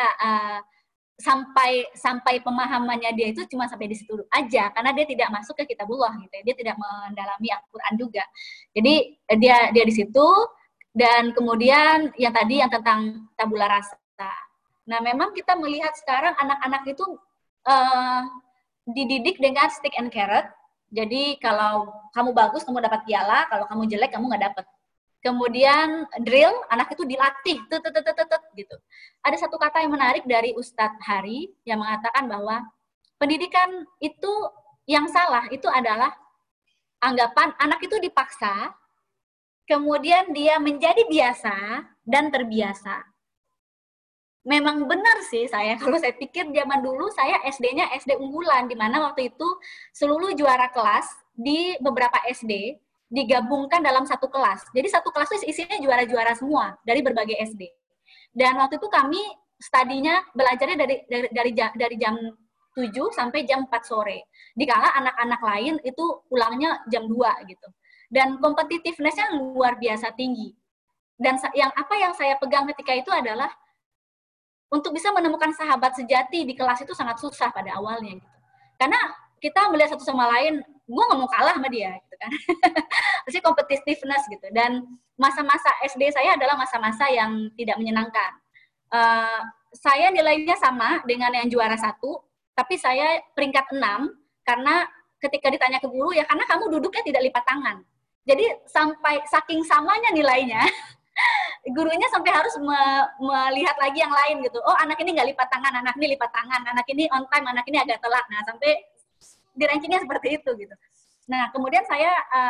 sampai pemahamannya dia itu cuma sampai di situ aja, karena dia tidak masuk ke kitabullah gitu ya. Dia tidak mendalami Al-Qur'an juga. Jadi dia di situ, dan kemudian yang tadi yang tentang tabula rasa. Nah, memang kita melihat sekarang anak-anak itu dididik dengan stick and carrot. Jadi kalau kamu bagus kamu dapat piala, kalau kamu jelek kamu nggak dapat. Kemudian drill, anak itu dilatih, gitu. Ada satu kata yang menarik dari Ustadz Hari yang mengatakan bahwa pendidikan itu yang salah itu adalah anggapan anak itu dipaksa, kemudian dia menjadi biasa dan terbiasa. Memang benar sih kalau saya pikir zaman dulu saya SD-nya SD unggulan, di mana waktu itu seluruh juara kelas di beberapa SD digabungkan dalam satu kelas. Jadi satu kelas itu isinya juara-juara semua dari berbagai SD. Dan waktu itu kami studinya belajarnya dari jam 7 sampai jam 4 sore. Dikala anak-anak lain itu pulangnya jam 2 gitu. Dan competitiveness-nya luar biasa tinggi. Dan yang saya pegang ketika itu adalah untuk bisa menemukan sahabat sejati di kelas itu sangat susah pada awalnya gitu. Karena kita melihat satu sama lain, gue nggak mau kalah sama dia, gitu kan. Pasti competitiveness gitu. Dan masa-masa SD saya adalah masa-masa yang tidak menyenangkan. Saya nilainya sama dengan yang juara 1, tapi saya peringkat 6, karena ketika ditanya ke guru, ya karena kamu duduknya tidak lipat tangan. Jadi sampai saking samanya nilainya, gurunya sampai harus melihat lagi yang lain gitu. Oh, anak ini nggak lipat tangan, anak ini lipat tangan, anak ini on time, anak ini agak telat. Nah, sampai di rankingnya seperti itu gitu. Nah, kemudian saya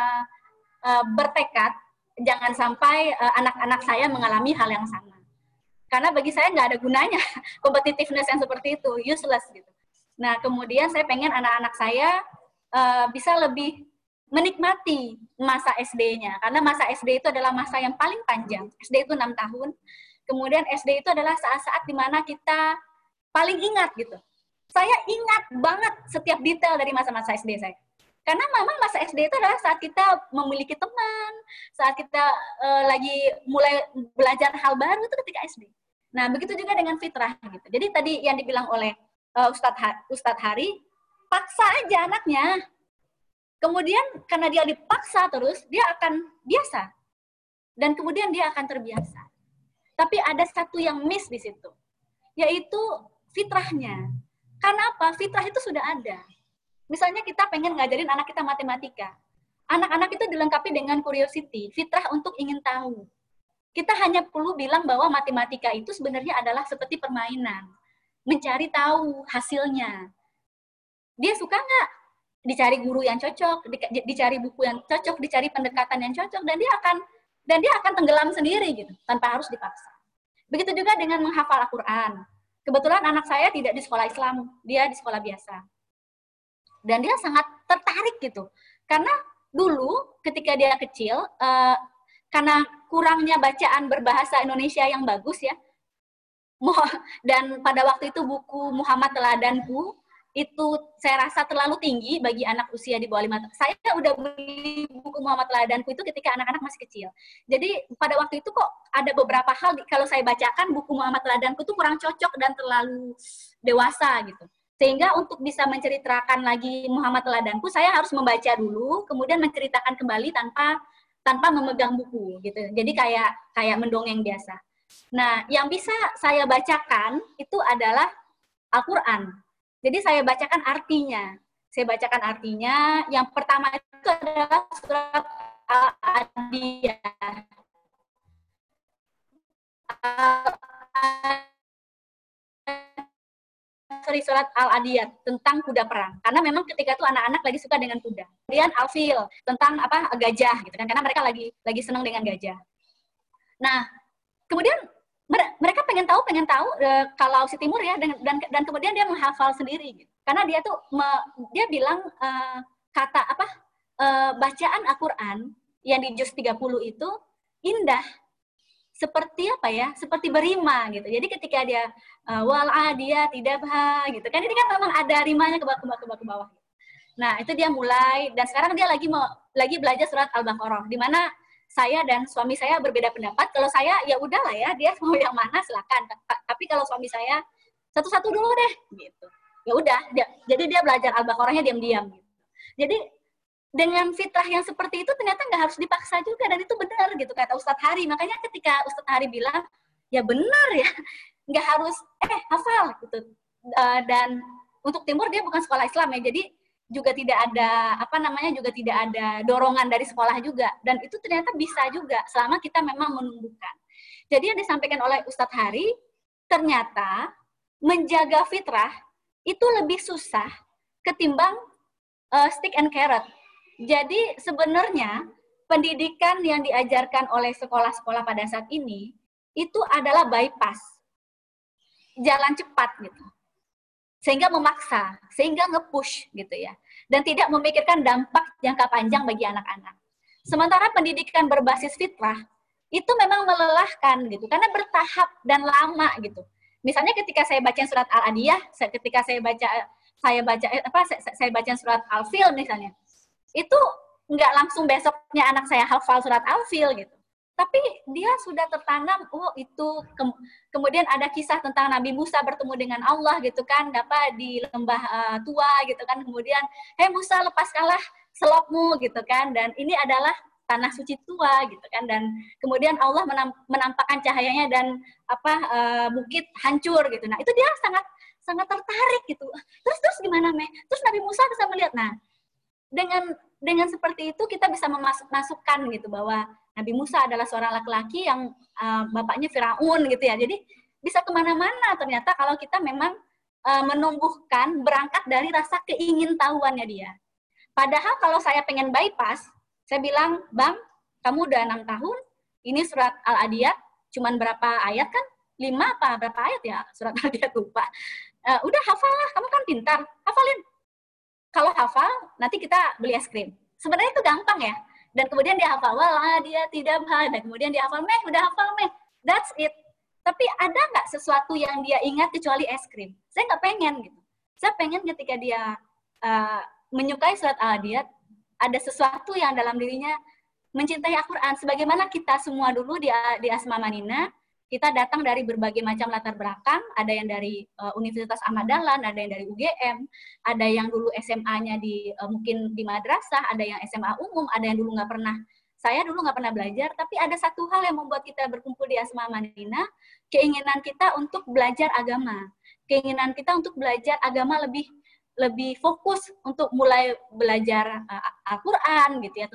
bertekad jangan sampai anak-anak saya mengalami hal yang sama. Karena bagi saya nggak ada gunanya competitiveness yang seperti itu, useless gitu. Nah, kemudian saya pengen anak-anak saya bisa lebih menikmati masa SD-nya. Karena masa SD itu adalah masa yang paling panjang. SD itu 6 tahun. Kemudian SD itu adalah saat-saat di mana kita paling ingat gitu. Saya ingat banget setiap detail dari masa-masa SD saya. Karena memang masa SD itu adalah saat kita memiliki teman, saat kita lagi mulai belajar hal baru itu ketika SD. Nah, begitu juga dengan fitrah gitu. Jadi tadi yang dibilang oleh Ustadz Hari, paksa aja anaknya. Kemudian karena dia dipaksa terus, dia akan biasa. Dan kemudian dia akan terbiasa. Tapi ada satu yang miss di situ, yaitu fitrahnya. Karena apa? Fitrah itu sudah ada. Misalnya kita pengen ngajarin anak kita matematika. Anak-anak itu dilengkapi dengan curiosity, fitrah untuk ingin tahu. Kita hanya perlu bilang bahwa matematika itu sebenarnya adalah seperti permainan. Mencari tahu hasilnya. Dia suka nggak? Dicari guru yang cocok, dicari buku yang cocok, dicari pendekatan yang cocok, dan dia akan tenggelam sendiri gitu, tanpa harus dipaksa. Begitu juga dengan menghafal Al-Quran. Kebetulan anak saya tidak di sekolah Islam, dia di sekolah biasa. Dan dia sangat tertarik gitu. Karena dulu ketika dia kecil, karena kurangnya bacaan berbahasa Indonesia yang bagus ya, dan pada waktu itu buku Muhammad Teladanku itu saya rasa terlalu tinggi bagi anak usia di bawah 5 tahun. Saya udah beli buku Muhammad Teladanku itu ketika anak-anak masih kecil. Jadi pada waktu itu kok ada beberapa hal kalau saya bacakan buku Muhammad Teladanku itu kurang cocok dan terlalu dewasa gitu. Sehingga untuk bisa menceritakan lagi Muhammad Teladanku, saya harus membaca dulu, kemudian menceritakan kembali tanpa memegang buku gitu. Jadi kayak mendongeng biasa. Nah, yang bisa saya bacakan itu adalah Al-Quran. Jadi saya bacakan artinya. Saya bacakan artinya. Yang pertama itu adalah surat Al-Adiyah. Surat Al-Adiyat tentang kuda perang. Karena memang ketika itu anak-anak lagi suka dengan kuda. Kemudian Al-Fil tentang gajah gitu kan. Karena mereka lagi senang dengan gajah. Nah, kemudian mereka pengen tahu kalau si Timur ya dan kemudian dia menghafal sendiri gitu. Karena dia tuh dia bilang bacaan Al-Qur'an yang di juz 30 itu indah seperti seperti berima gitu. Jadi ketika dia wal adiyat tidabha gitu kan, ini kan memang ada rimanya ke bawah. Nah, itu dia mulai dan sekarang dia lagi belajar surat Al-Baqarah di mana saya dan suami saya berbeda pendapat. Kalau saya ya udahlah ya, dia mau yang mana silakan. Tapi kalau suami saya satu-satu dulu deh gitu. Ya udah, jadi dia belajar Al-Baqarahnya diam-diam gitu. Jadi dengan fitrah yang seperti itu ternyata nggak harus dipaksa juga dan itu benar gitu kata Ustadz Hari. Makanya ketika Ustadz Hari bilang ya benar ya, nggak harus hafal gitu. Dan untuk Timur dia bukan sekolah Islam ya, jadi juga tidak ada juga tidak ada dorongan dari sekolah juga dan itu ternyata bisa juga selama kita memang menumbuhkan. Jadi yang disampaikan oleh Ustadz Hari ternyata menjaga fitrah itu lebih susah ketimbang stick and carrot. Jadi sebenarnya pendidikan yang diajarkan oleh sekolah-sekolah pada saat ini itu adalah bypass, jalan cepat gitu. Sehingga memaksa, sehingga nge-push gitu ya. Dan tidak memikirkan dampak jangka panjang bagi anak-anak. Sementara pendidikan berbasis fitrah, itu memang melelahkan gitu, karena bertahap dan lama gitu. Misalnya ketika saya baca surat Al-Adiyah, ketika saya baca surat Al-Fil misalnya, itu nggak langsung besoknya anak saya hafal surat Al-Fil gitu. Tapi dia sudah tertanam, kemudian ada kisah tentang Nabi Musa bertemu dengan Allah gitu kan, di lembah tua gitu kan, kemudian, Musa lepaskanlah selopmu gitu kan, dan ini adalah tanah suci tua gitu kan, dan kemudian Allah menampakkan cahayanya dan bukit hancur gitu. Nah itu dia sangat tertarik gitu. Terus gimana Terus Nabi Musa bisa melihat. Nah dengan seperti itu kita bisa memasukkan gitu bahwa Nabi Musa adalah seorang laki-laki yang bapaknya Firaun gitu ya. Jadi bisa kemana-mana ternyata kalau kita memang menumbuhkan berangkat dari rasa keingintahuannya dia. Padahal kalau saya pengen bypass, saya bilang, Bang, kamu udah 6 tahun, ini surat Al-Adiyat, cuman berapa ayat kan? 5 apa berapa ayat ya surat Al-Adiyat lupa. Udah hafal lah, kamu kan pintar, hafalin. Kalau hafal, nanti kita beli es krim. Sebenarnya itu gampang ya. Dan kemudian dia hafal, dia tidak dan kemudian dia hafal, udah hafal that's it. Tapi ada nggak sesuatu yang dia ingat kecuali es krim? Saya nggak pengen gitu. Saya pengen ketika dia menyukai surat Al-Adiyat, ada sesuatu yang dalam dirinya mencintai Al-Quran. Sebagaimana kita semua dulu di Asma Manina, kita datang dari berbagai macam latar belakang, ada yang dari Universitas Ahmad Dahlan, ada yang dari UGM, ada yang dulu SMA-nya mungkin di madrasah, ada yang SMA umum, ada yang dulu saya dulu nggak pernah belajar, tapi ada satu hal yang membuat kita berkumpul di Asma Manina, keinginan kita untuk belajar agama, keinginan kita untuk belajar agama lebih fokus untuk mulai belajar Al-Quran gitu ya,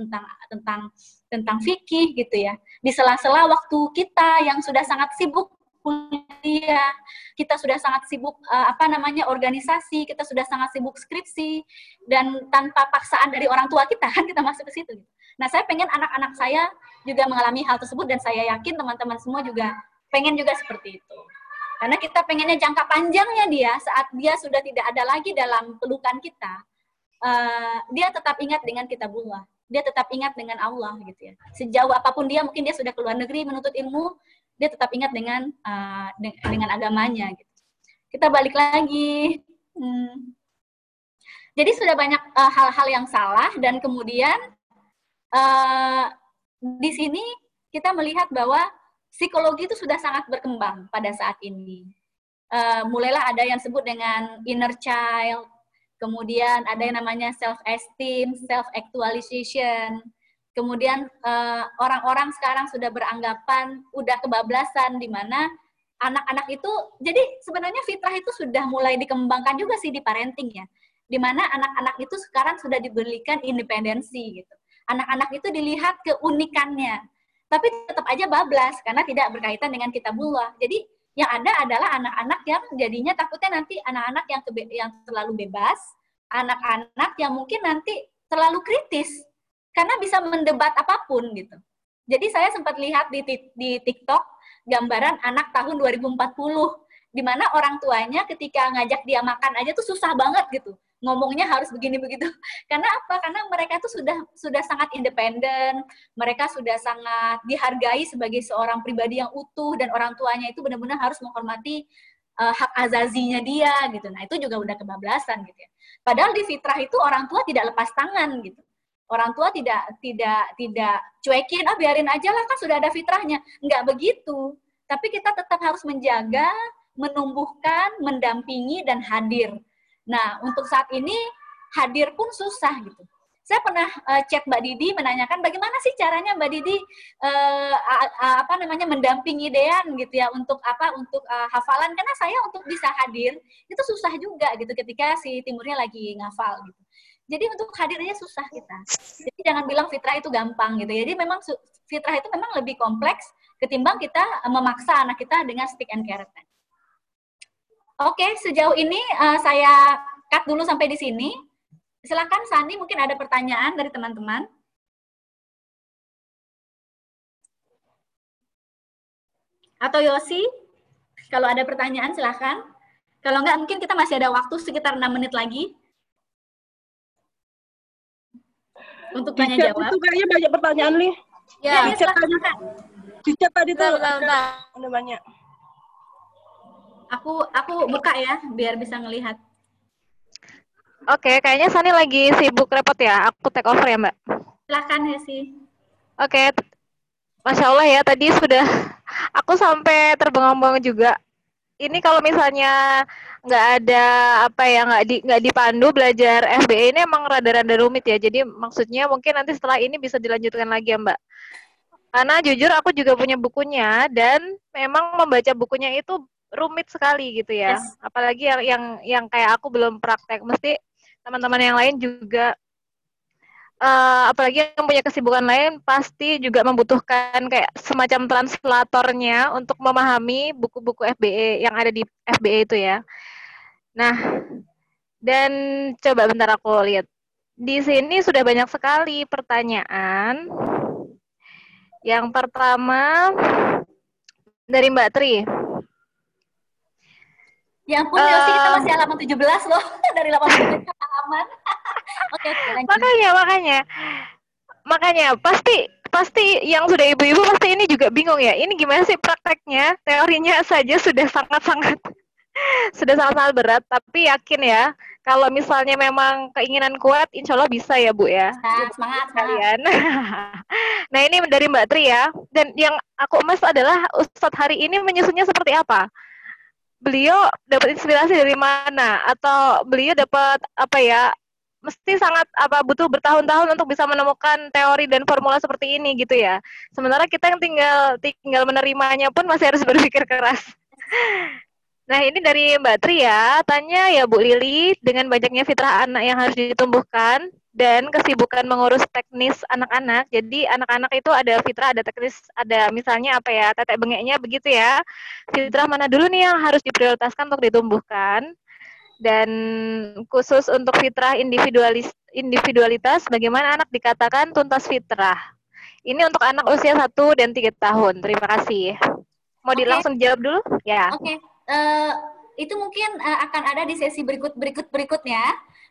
tentang fikih gitu ya. Di sela-sela waktu kita yang sudah sangat sibuk kuliah, kita sudah sangat sibuk organisasi, kita sudah sangat sibuk skripsi, dan tanpa paksaan dari orang tua kita kan kita masuk ke situ. Nah, saya pengen anak-anak saya juga mengalami hal tersebut dan saya yakin teman-teman semua juga pengen juga seperti itu. Karena kita pengennya jangka panjangnya dia, saat dia sudah tidak ada lagi dalam pelukan kita, dia tetap ingat dengan kitabullah. Dia tetap ingat dengan Allah gitu ya. Sejauh apapun dia, mungkin dia sudah keluar negeri menuntut ilmu, dia tetap ingat dengan agamanya gitu. Kita balik lagi. Jadi sudah banyak hal-hal yang salah, dan kemudian di sini kita melihat bahwa psikologi itu sudah sangat berkembang pada saat ini. Mulailah ada yang disebut dengan inner child, kemudian ada yang namanya self-esteem, self-actualization, kemudian orang-orang sekarang sudah beranggapan, udah kebablasan, di mana anak-anak itu, jadi sebenarnya fitrah itu sudah mulai dikembangkan juga sih di parenting ya, di mana anak-anak itu sekarang sudah diberikan independensi gitu. Anak-anak itu dilihat keunikannya, tapi tetap aja bablas karena tidak berkaitan dengan kitabullah. Jadi yang ada adalah anak-anak yang jadinya takutnya nanti anak-anak yang terlalu bebas, anak-anak yang mungkin nanti terlalu kritis karena bisa mendebat apapun gitu. Jadi saya sempat lihat di TikTok gambaran anak tahun 2040, di mana orang tuanya ketika ngajak dia makan aja tuh susah banget gitu. Ngomongnya harus begini begitu. Karena apa? Karena mereka tuh sudah sangat independen, mereka sudah sangat dihargai sebagai seorang pribadi yang utuh, dan orang tuanya itu benar-benar harus menghormati hak azazinya dia gitu. Nah, itu juga udah kebablasan gitu ya. Padahal di fitrah itu orang tua tidak lepas tangan gitu. Orang tua tidak cuekin, biarin aja lah kan sudah ada fitrahnya. Enggak begitu. Tapi kita tetap harus menjaga, menumbuhkan, mendampingi, dan hadir. Nah, untuk saat ini hadir pun susah gitu. Saya pernah chat Mbak Didi menanyakan bagaimana sih caranya Mbak Didi mendampingi Dean gitu ya untuk hafalan, karena saya untuk bisa hadir itu susah juga gitu ketika si Timurnya lagi ngafal gitu. Jadi untuk hadir aja susah kita. Jadi jangan bilang fitrah itu gampang gitu. Jadi memang fitrah itu memang lebih kompleks ketimbang kita memaksa anak kita dengan stick and carrot. Oke, sejauh ini saya cut dulu sampai di sini. Silakan Sani, mungkin ada pertanyaan dari teman-teman. Atau Yosi, kalau ada pertanyaan silakan. Kalau enggak, mungkin kita masih ada waktu sekitar 6 menit lagi untuk tanya jawab. Itu kayaknya banyak pertanyaan, Li. Ya, silakan. Di chat tadi tuh bentar. ada banyak. Aku buka ya, biar bisa ngelihat. Oke, kayaknya Sani lagi sibuk repot ya. Aku take over ya, Mbak. Silakan Hesi. Oke, Masya Allah ya, tadi sudah aku sampai terbengong-bengong juga. Ini kalau misalnya nggak ada nggak dipandu belajar FBE ini emang rada-rada rumit ya. Jadi maksudnya mungkin nanti setelah ini bisa dilanjutkan lagi ya, Mbak. Karena jujur aku juga punya bukunya dan memang membaca bukunya itu rumit sekali gitu ya. Yes. Apalagi yang kayak aku belum praktek, mesti teman-teman yang lain juga apalagi yang punya kesibukan lain pasti juga membutuhkan kayak semacam translatornya untuk memahami buku-buku FBE yang ada di FBE itu ya. Nah, dan coba bentar aku lihat. Di sini sudah banyak sekali pertanyaan. Yang pertama dari Mbak Tri. Ya ampun, Yosi, kita masih halaman 17 loh. Dari 18 halaman. Oke, makanya pasti yang sudah ibu-ibu pasti ini juga bingung ya. Ini gimana sih prakteknya? Teorinya saja sudah sangat-sangat berat, tapi yakin ya kalau misalnya memang keinginan kuat, insya Allah bisa ya Bu ya. Nah, semangat kalian. Nah, ini dari Mbak Tri ya. Dan yang aku emas adalah Ustadz hari ini menyusunnya seperti apa? Beliau dapat inspirasi dari mana? Atau beliau dapat mesti sangat butuh bertahun-tahun untuk bisa menemukan teori dan formula seperti ini gitu ya. Sementara kita yang tinggal menerimanya pun masih harus berpikir keras. Nah, ini dari Mbak Tri ya, tanya ya Bu Lili, dengan banyaknya fitrah anak yang harus ditumbuhkan dan kesibukan mengurus teknis anak-anak. Jadi anak-anak itu ada fitrah, ada teknis, ada misalnya tetek bengeknya begitu ya. Fitrah mana dulu nih yang harus diprioritaskan untuk ditumbuhkan? Dan khusus untuk fitrah individualitas, bagaimana anak dikatakan tuntas fitrah? Ini untuk anak usia 1 dan 3 tahun. Terima kasih. Mau langsung jawab dulu? Ya. Oke. Itu mungkin akan ada di sesi berikutnya.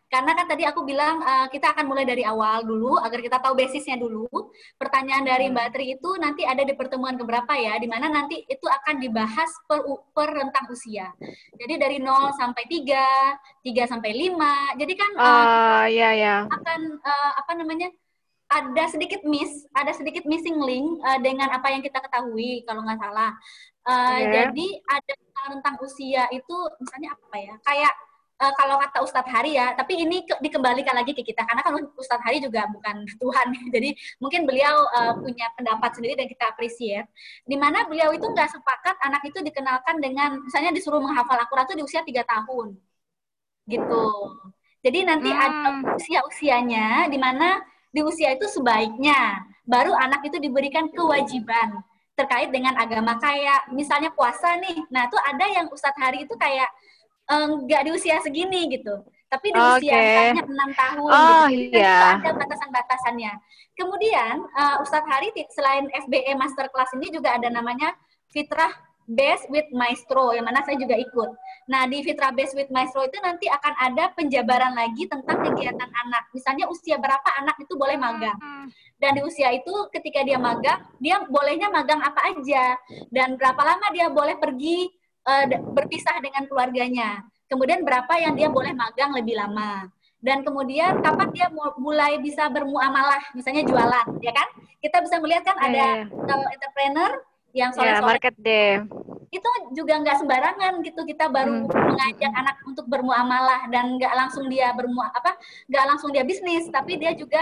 Karena kan tadi aku bilang kita akan mulai dari awal dulu agar kita tahu basisnya dulu. Pertanyaan dari Mbak Tri itu nanti ada di pertemuan keberapa ya, di mana nanti itu akan dibahas per rentang usia. Jadi dari 0 sampai 3, 3 sampai 5. Jadi kan ya. akan apa namanya? Ada sedikit missing link dengan apa yang kita ketahui kalau nggak salah. Jadi ada rentang usia itu misalnya apa ya? Kayak kalau kata Ustadz Hari ya, tapi ini dikembalikan lagi ke kita karena kan Ustadz Hari juga bukan Tuhan, jadi mungkin beliau punya pendapat sendiri dan kita appreciate. Di mana beliau itu nggak sepakat anak itu dikenalkan dengan misalnya disuruh menghafal Al-Quran itu di usia 3 tahun, gitu. Jadi nanti ada usia-usianya di mana di usia itu sebaiknya baru anak itu diberikan kewajiban terkait dengan agama kayak misalnya puasa nih. Nah, itu ada yang Ustadz Hari itu kayak nggak di usia segini gitu. Tapi di usia misalnya 6 tahun gitu. Jadi itu ada batasan-batasannya. Kemudian Ustadz Hari selain FBE Masterclass ini juga ada namanya Fitrah Based with Maestro, yang mana saya juga ikut. Nah, di Fitrah Based with Maestro itu nanti akan ada penjabaran lagi tentang kegiatan anak. Misalnya usia berapa anak itu boleh magang. Dan di usia itu ketika dia magang, dia bolehnya magang apa aja. Dan berapa lama dia boleh pergi berpisah dengan keluarganya. Kemudian berapa yang dia boleh magang lebih lama. Dan kemudian kapan dia mulai bisa bermuamalah, misalnya jualan, ya kan? Kita bisa melihat kan ada entrepreneur yang soleh-soleh. Market day. Itu juga nggak sembarangan gitu, kita baru mengajak anak untuk bermuamalah dan nggak langsung dia nggak langsung dia bisnis, tapi dia juga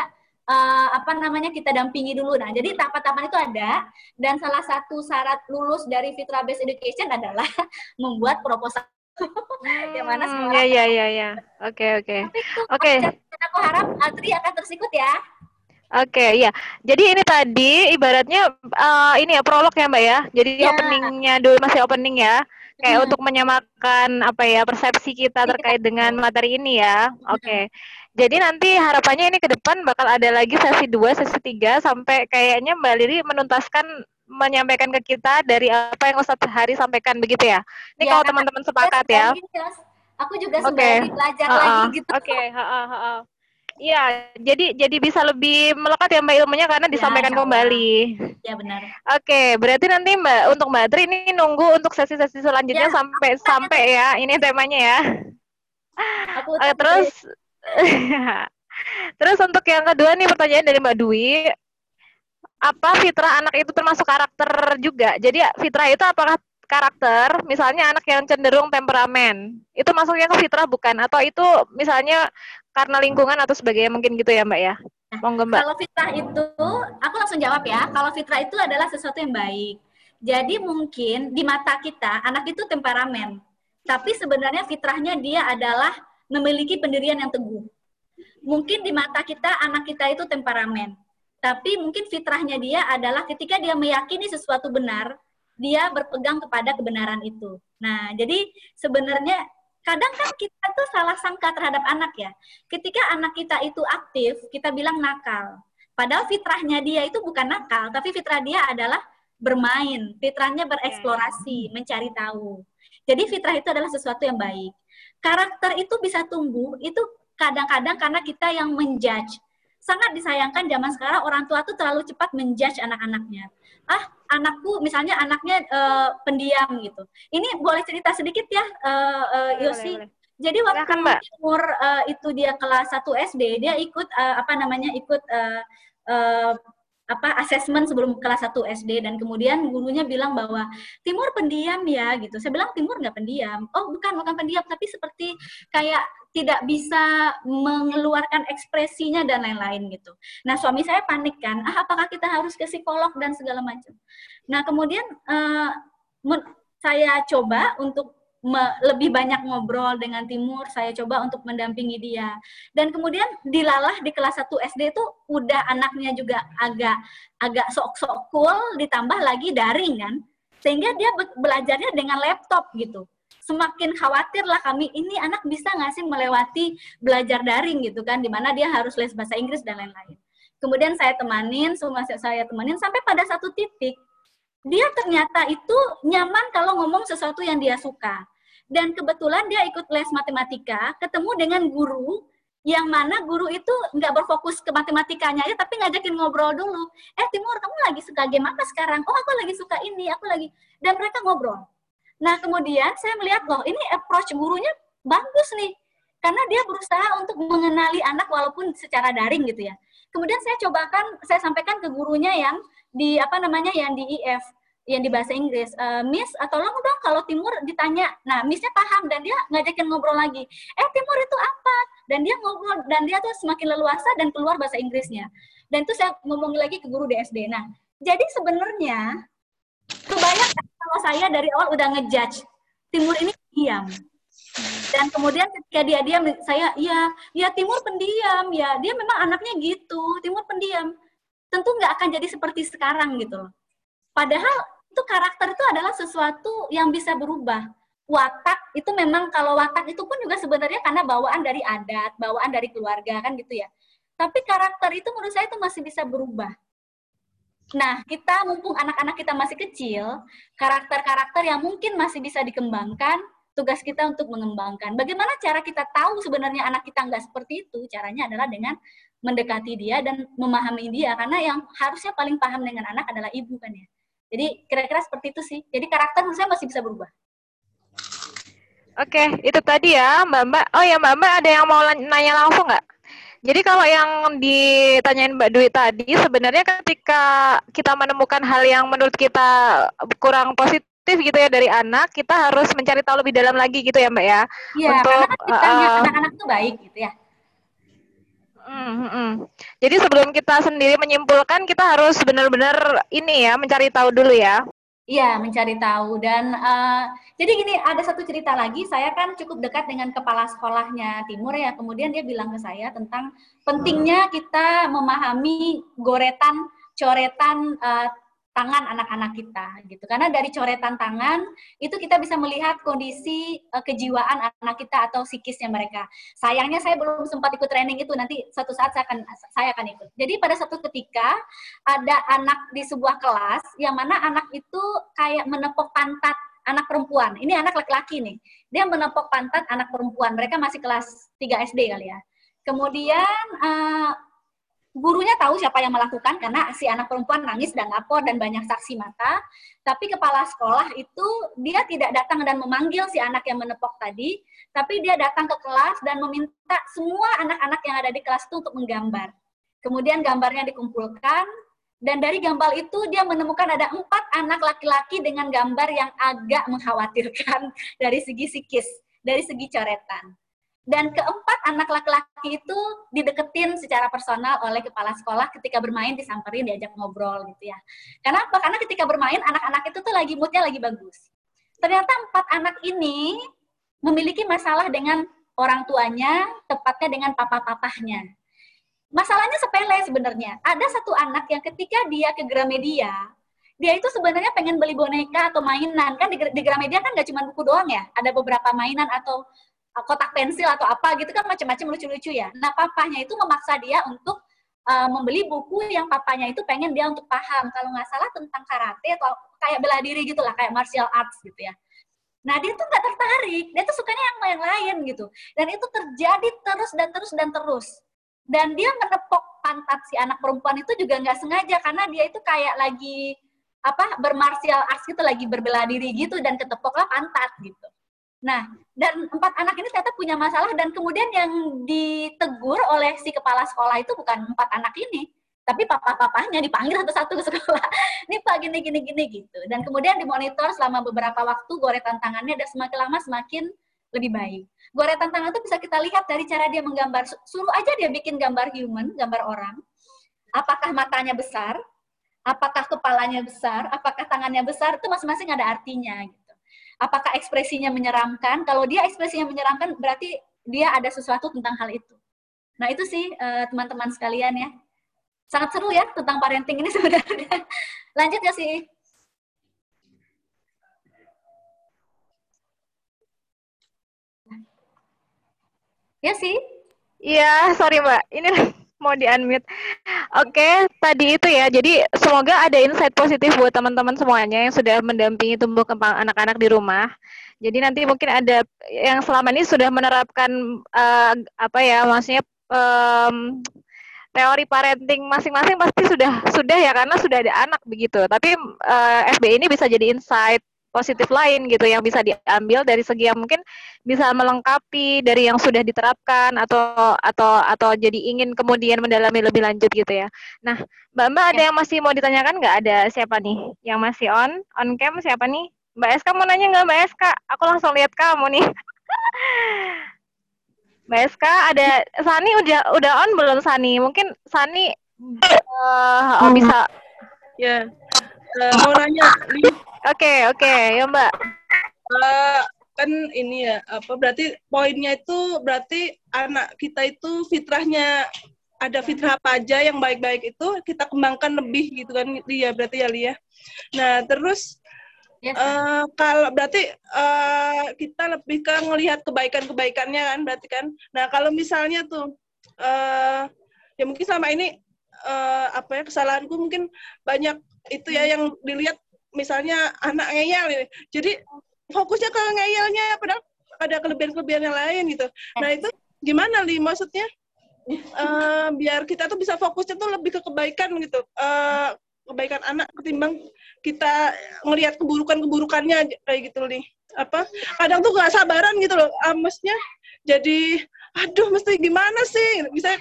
kita dampingi dulu. Nah, jadi tahapan-tahapan itu ada, dan salah satu syarat lulus dari Fitrah Based Education adalah membuat proposal. Yang mana semua ya. Oke. Dan aku harap Tri akan tersikut ya. Oke, iya. Jadi ini tadi ibaratnya ini ya prolog ya Mbak ya. Jadi openingnya dulu masih opening ya. Kayak untuk menyamakan persepsi kita terkait dengan materi ini ya. Oke. Jadi nanti harapannya ini ke depan bakal ada lagi sesi 2, sesi 3 sampai kayaknya Mbak Liri menuntaskan menyampaikan ke kita dari apa yang Ustadz Hari sampaikan begitu ya. Ini kalau teman-teman sepakat ya. Aku juga sembari belajar lagi gitu. Iya, jadi bisa lebih melekat ya Mbak ilmunya karena disampaikan kembali. Ya benar. Oke, berarti nanti untuk Mbak Tri ini nunggu untuk sesi-sesi selanjutnya sampai ya ini temanya ya. Terus untuk yang kedua nih pertanyaan dari Mbak Dwi, apa fitrah anak itu termasuk karakter juga? Jadi fitrah itu apakah karakter? Misalnya anak yang cenderung temperamen, itu masuknya ke fitrah bukan? Atau itu misalnya karena lingkungan atau sebagainya mungkin gitu ya Mbak ya? Monggo Mbak. Kalau fitrah itu, aku langsung jawab ya. Kalau fitrah itu adalah sesuatu yang baik. Jadi mungkin di mata kita anak itu temperamen, tapi sebenarnya fitrahnya dia adalah memiliki pendirian yang teguh. Mungkin di mata kita anak kita itu temperamen, tapi mungkin fitrahnya dia adalah ketika dia meyakini sesuatu benar, dia berpegang kepada kebenaran itu. Nah, jadi sebenarnya kadang kan kita tuh salah sangka terhadap anak ya. Ketika anak kita itu aktif, kita bilang nakal. Padahal fitrahnya dia itu bukan nakal, tapi fitrah dia adalah bermain. Fitrahnya bereksplorasi, mencari tahu. Jadi fitrah itu adalah sesuatu yang baik. Karakter itu bisa tumbuh, itu kadang-kadang karena kita yang menjudge. Sangat disayangkan zaman sekarang orang tua tuh terlalu cepat menjudge anak-anaknya. Anakku misalnya anaknya pendiam gitu. Ini boleh cerita sedikit ya, Yosi. Boleh. Jadi waktu umur itu dia kelas 1 SD, dia ikut asesmen sebelum kelas 1 SD, dan kemudian gurunya bilang bahwa Timur pendiam ya gitu. Saya bilang Timur nggak pendiam. Oh bukan pendiam, tapi seperti kayak tidak bisa mengeluarkan ekspresinya dan lain-lain gitu. Nah suami saya panik kan, apakah kita harus ke psikolog dan segala macam. Nah kemudian saya coba untuk lebih banyak ngobrol dengan Timur, saya coba untuk mendampingi dia. Dan kemudian dilalah di kelas 1 SD itu udah anaknya juga agak sok-sok cool, ditambah lagi daring kan. Sehingga dia belajarnya dengan laptop gitu. Semakin khawatir lah kami, ini anak bisa nggak sih melewati belajar daring gitu kan, dimana dia harus les bahasa Inggris dan lain-lain. Kemudian saya temanin sampai pada satu titik, dia ternyata itu nyaman kalau ngomong sesuatu yang dia suka. Dan kebetulan dia ikut les matematika, ketemu dengan guru Yang mana guru itu nggak berfokus ke matematikanya aja, tapi ngajakin ngobrol dulu. Timur, kamu lagi suka game apa sekarang? Oh, aku lagi suka ini, aku lagi. Dan mereka ngobrol. Nah, kemudian saya melihat, loh, ini approach gurunya bagus nih. Karena dia berusaha untuk mengenali anak walaupun secara daring gitu ya. Kemudian saya sampaikan ke gurunya yang di yang di IF, yang di bahasa Inggris. Miss, tolong dong kalau Timur ditanya. Nah, Missnya paham dan dia ngajakin ngobrol lagi. Timur itu apa? Dan dia ngobrol dan dia tuh semakin leluasa dan keluar bahasa Inggrisnya. Dan itu saya ngomong lagi ke guru di SD. Nah, jadi sebenarnya kebanyakan kalau saya dari awal udah ngejudge Timur ini diam. Dan kemudian ketika dia diam, saya, ya Timur pendiam, ya dia memang anaknya gitu, Timur pendiam. Tentu nggak akan jadi seperti sekarang gitu. Padahal itu karakter itu adalah sesuatu yang bisa berubah. Watak itu memang, kalau watak itu pun juga sebenarnya karena bawaan dari adat, bawaan dari keluarga kan gitu ya. Tapi karakter itu menurut saya itu masih bisa berubah. Nah, kita mumpung anak-anak kita masih kecil, karakter-karakter yang mungkin masih bisa dikembangkan, tugas kita untuk mengembangkan. Bagaimana cara kita tahu sebenarnya anak kita nggak seperti itu? Caranya adalah dengan mendekati dia dan memahami dia, karena yang harusnya paling paham dengan anak adalah ibu kan ya. Jadi kira-kira seperti itu sih. Jadi karakter menurut saya masih bisa berubah. Oke, itu tadi ya Mbak. Oh ya Mbak ada yang mau nanya langsung nggak? Jadi kalau yang ditanyain Mbak Dwi tadi, sebenarnya ketika kita menemukan hal yang menurut kita kurang positif gitu ya dari anak, kita harus mencari tahu lebih dalam lagi gitu ya Mbak ya. Iya, untuk karena anak-anak itu baik gitu ya. Jadi sebelum kita sendiri menyimpulkan, kita harus benar-benar ini ya, mencari tahu dulu ya. Iya, mencari tahu. Dan jadi gini, ada satu cerita lagi, saya kan cukup dekat dengan kepala sekolahnya Timur ya, kemudian dia bilang ke saya tentang pentingnya kita memahami goretan, coretan tangan anak-anak kita gitu. Karena dari coretan tangan itu kita bisa melihat kondisi kejiwaan anak kita atau psikisnya mereka. Sayangnya saya belum sempat ikut training itu, nanti suatu saat saya akan ikut. Jadi pada suatu ketika ada anak di sebuah kelas yang mana anak itu kayak menepuk pantat anak perempuan. Ini anak laki-laki nih. Dia menepuk pantat anak perempuan. Mereka masih kelas 3 SD kali ya. Kemudian gurunya tahu siapa yang melakukan karena si anak perempuan nangis dan lapor dan banyak saksi mata. Tapi kepala sekolah itu dia tidak datang dan memanggil si anak yang menepuk tadi, tapi dia datang ke kelas dan meminta semua anak-anak yang ada di kelas itu untuk menggambar. Kemudian gambarnya dikumpulkan dan dari gambar itu dia menemukan ada 4 anak laki-laki dengan gambar yang agak mengkhawatirkan dari segi psikis, dari segi coretan. Dan keempat anak laki-laki itu dideketin secara personal oleh kepala sekolah ketika bermain, disamperin, diajak ngobrol gitu ya. Kenapa? Karena ketika bermain, anak-anak itu tuh lagi moodnya lagi bagus. Ternyata 4 anak ini memiliki masalah dengan orang tuanya, tepatnya dengan papa-papahnya. Masalahnya sepele sebenarnya. Ada satu anak yang ketika dia ke Gramedia, dia itu sebenarnya pengen beli boneka atau mainan. Kan di Gramedia kan nggak cuma buku doang ya, ada beberapa mainan atau kotak pensil atau apa gitu kan, macam-macam lucu-lucu ya. Nah, papanya itu memaksa dia untuk membeli buku yang papanya itu pengen dia untuk paham. Kalau nggak salah tentang karate atau kayak bela diri gitu lah, kayak martial arts gitu ya. Nah, dia tuh nggak tertarik. Dia tuh sukanya yang lain gitu. Dan itu terjadi terus dan terus dan terus. Dan dia menepuk pantat si anak perempuan itu juga nggak sengaja, karena dia itu kayak lagi bermartial arts gitu, lagi berbela diri gitu, dan ketepuklah pantat gitu. Nah, dan 4 anak ini ternyata punya masalah, dan kemudian yang ditegur oleh si kepala sekolah itu bukan 4 anak ini, tapi papa-papanya dipanggil satu-satu ke sekolah. Nih Pak, gini gitu. Dan kemudian dimonitor selama beberapa waktu, goretan tangannya dan semakin lama semakin lebih baik. Goretan tangan itu bisa kita lihat dari cara dia menggambar. Suruh aja dia bikin gambar human, gambar orang. Apakah matanya besar? Apakah kepalanya besar? Apakah tangannya besar? Itu masing-masing ada artinya gitu. Apakah ekspresinya menyeramkan? Kalau dia ekspresinya menyeramkan, berarti dia ada sesuatu tentang hal itu. Nah, itu sih teman-teman sekalian ya. Sangat seru ya tentang parenting ini sebenarnya. Lanjut ya sih. Ya sih. Iya, sorry Mbak. Ini mau di-unmute. Oke, tadi itu ya. Jadi semoga ada insight positif buat teman-teman semuanya yang sudah mendampingi tumbuh kembang anak-anak di rumah. Jadi nanti mungkin ada yang selama ini sudah menerapkan maksudnya teori parenting masing-masing pasti sudah ya karena sudah ada anak begitu. Tapi FB ini bisa jadi insight positif lain gitu yang bisa diambil dari segi yang mungkin bisa melengkapi dari yang sudah diterapkan atau jadi ingin kemudian mendalami lebih lanjut gitu ya. Nah, Mbak ada yang masih mau ditanyakan nggak? Ada siapa nih yang masih on cam siapa nih? Mbak SK mau nanya nggak Mbak SK? Aku langsung lihat kamu nih. Mbak SK ada Sani udah on belum Sani? Mungkin Sani bisa. Ya, mau nanya. Oke, ya Mbak. Kan ini ya, berarti poinnya itu berarti anak kita itu fitrahnya ada fitrah apa aja yang baik-baik itu kita kembangkan lebih gitu kan dia berarti ya Lia. Nah terus kalau berarti kita lebih ke ngelihat kebaikan-kebaikannya kan berarti kan. Nah kalau misalnya tuh ya mungkin selama ini kesalahanku mungkin banyak itu ya yang dilihat misalnya anak ngeyel, jadi fokusnya ke ngeyelnya padahal ada kelebihan-kelebihan yang lain gitu. Nah itu gimana Li maksudnya biar kita tuh bisa fokusnya tuh lebih ke kebaikan gitu, kebaikan anak ketimbang kita ngelihat keburukannya kayak gitu Li. Kadang tuh gak sabaran gitu loh, maksudnya jadi aduh mesti gimana sih bisa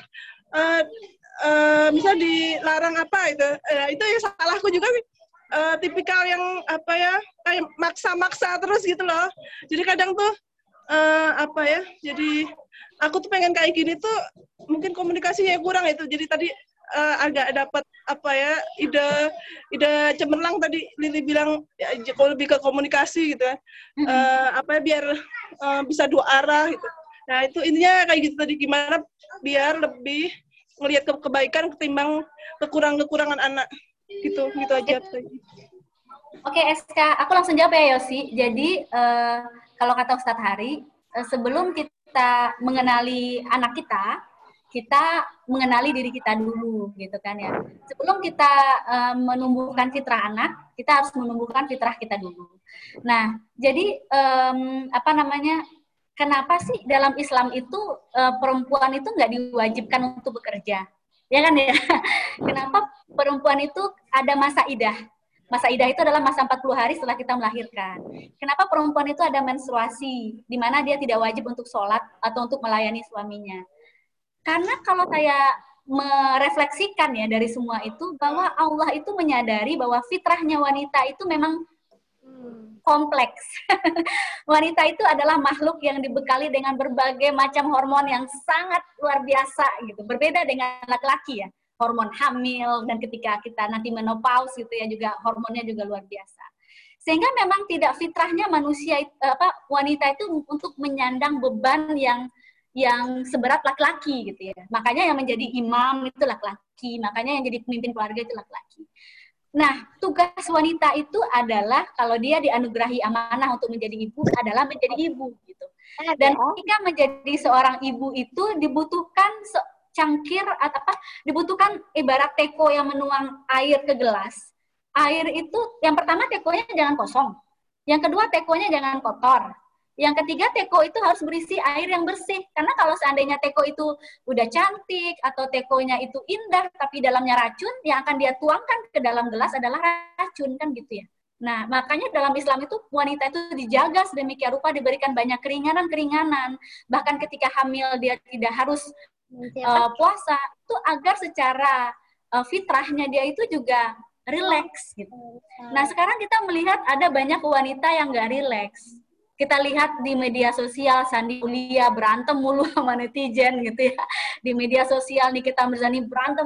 dilarang apa itu ya salahku juga nih. Tipikal yang kayak maksa-maksa terus gitu loh. Jadi kadang tuh jadi aku tuh pengen kayak gini tuh mungkin komunikasinya kurang itu. Jadi tadi agak dapat ide cemerlang tadi Lili bilang ya, kalau lebih ke komunikasi gitu ya. Biar bisa dua arah gitu. Nah itu intinya kayak gitu tadi, gimana biar lebih ngelihat kebaikan ketimbang kekurangan anak. Gitu aja. Oke, SK, aku langsung jawab ya Yosi. Jadi kalau kata Ustadz Hari, sebelum kita mengenali anak kita mengenali diri kita dulu, gitu kan ya. Sebelum kita menumbuhkan fitrah anak, kita harus menumbuhkan fitrah kita dulu. Nah, jadi kenapa sih dalam Islam itu perempuan itu nggak diwajibkan untuk bekerja? Ya kan ya? Kenapa perempuan itu ada masa idah? Masa idah itu adalah masa 40 hari setelah kita melahirkan. Kenapa perempuan itu ada menstruasi, di mana dia tidak wajib untuk sholat atau untuk melayani suaminya? Karena kalau saya merefleksikan ya dari semua itu, bahwa Allah itu menyadari bahwa fitrahnya wanita itu memang kompleks. Wanita itu adalah makhluk yang dibekali dengan berbagai macam hormon yang sangat luar biasa gitu. Berbeda dengan laki-laki ya. Hormon hamil dan ketika kita nanti menopause gitu ya juga hormonnya juga luar biasa. Sehingga memang tidak fitrahnya wanita itu untuk menyandang beban yang seberat laki-laki gitu ya. Makanya yang menjadi imam itu laki-laki, makanya yang jadi pemimpin keluarga itu laki-laki. Nah, tugas wanita itu adalah kalau dia dianugerahi amanah untuk menjadi ibu adalah menjadi ibu gitu. Dan ketika menjadi seorang ibu itu dibutuhkan cangkir dibutuhkan ibarat teko yang menuang air ke gelas. Air itu yang pertama tekonya jangan kosong. Yang kedua tekonya jangan kotor. Yang ketiga, teko itu harus berisi air yang bersih. Karena kalau seandainya teko itu udah cantik, atau tekonya itu indah, tapi dalamnya racun, yang akan dia tuangkan ke dalam gelas adalah racun, kan gitu ya. Nah, makanya dalam Islam itu, wanita itu dijaga sedemikian rupa, diberikan banyak keringanan-keringanan. Bahkan ketika hamil, dia tidak harus puasa, itu agar secara fitrahnya dia itu juga rileks, gitu. Nah, sekarang kita melihat ada banyak wanita yang nggak rileks. Kita lihat di media sosial, Sandi Ulia berantem mulu sama netizen gitu ya. Di media sosial Nikita Mirzani berantem,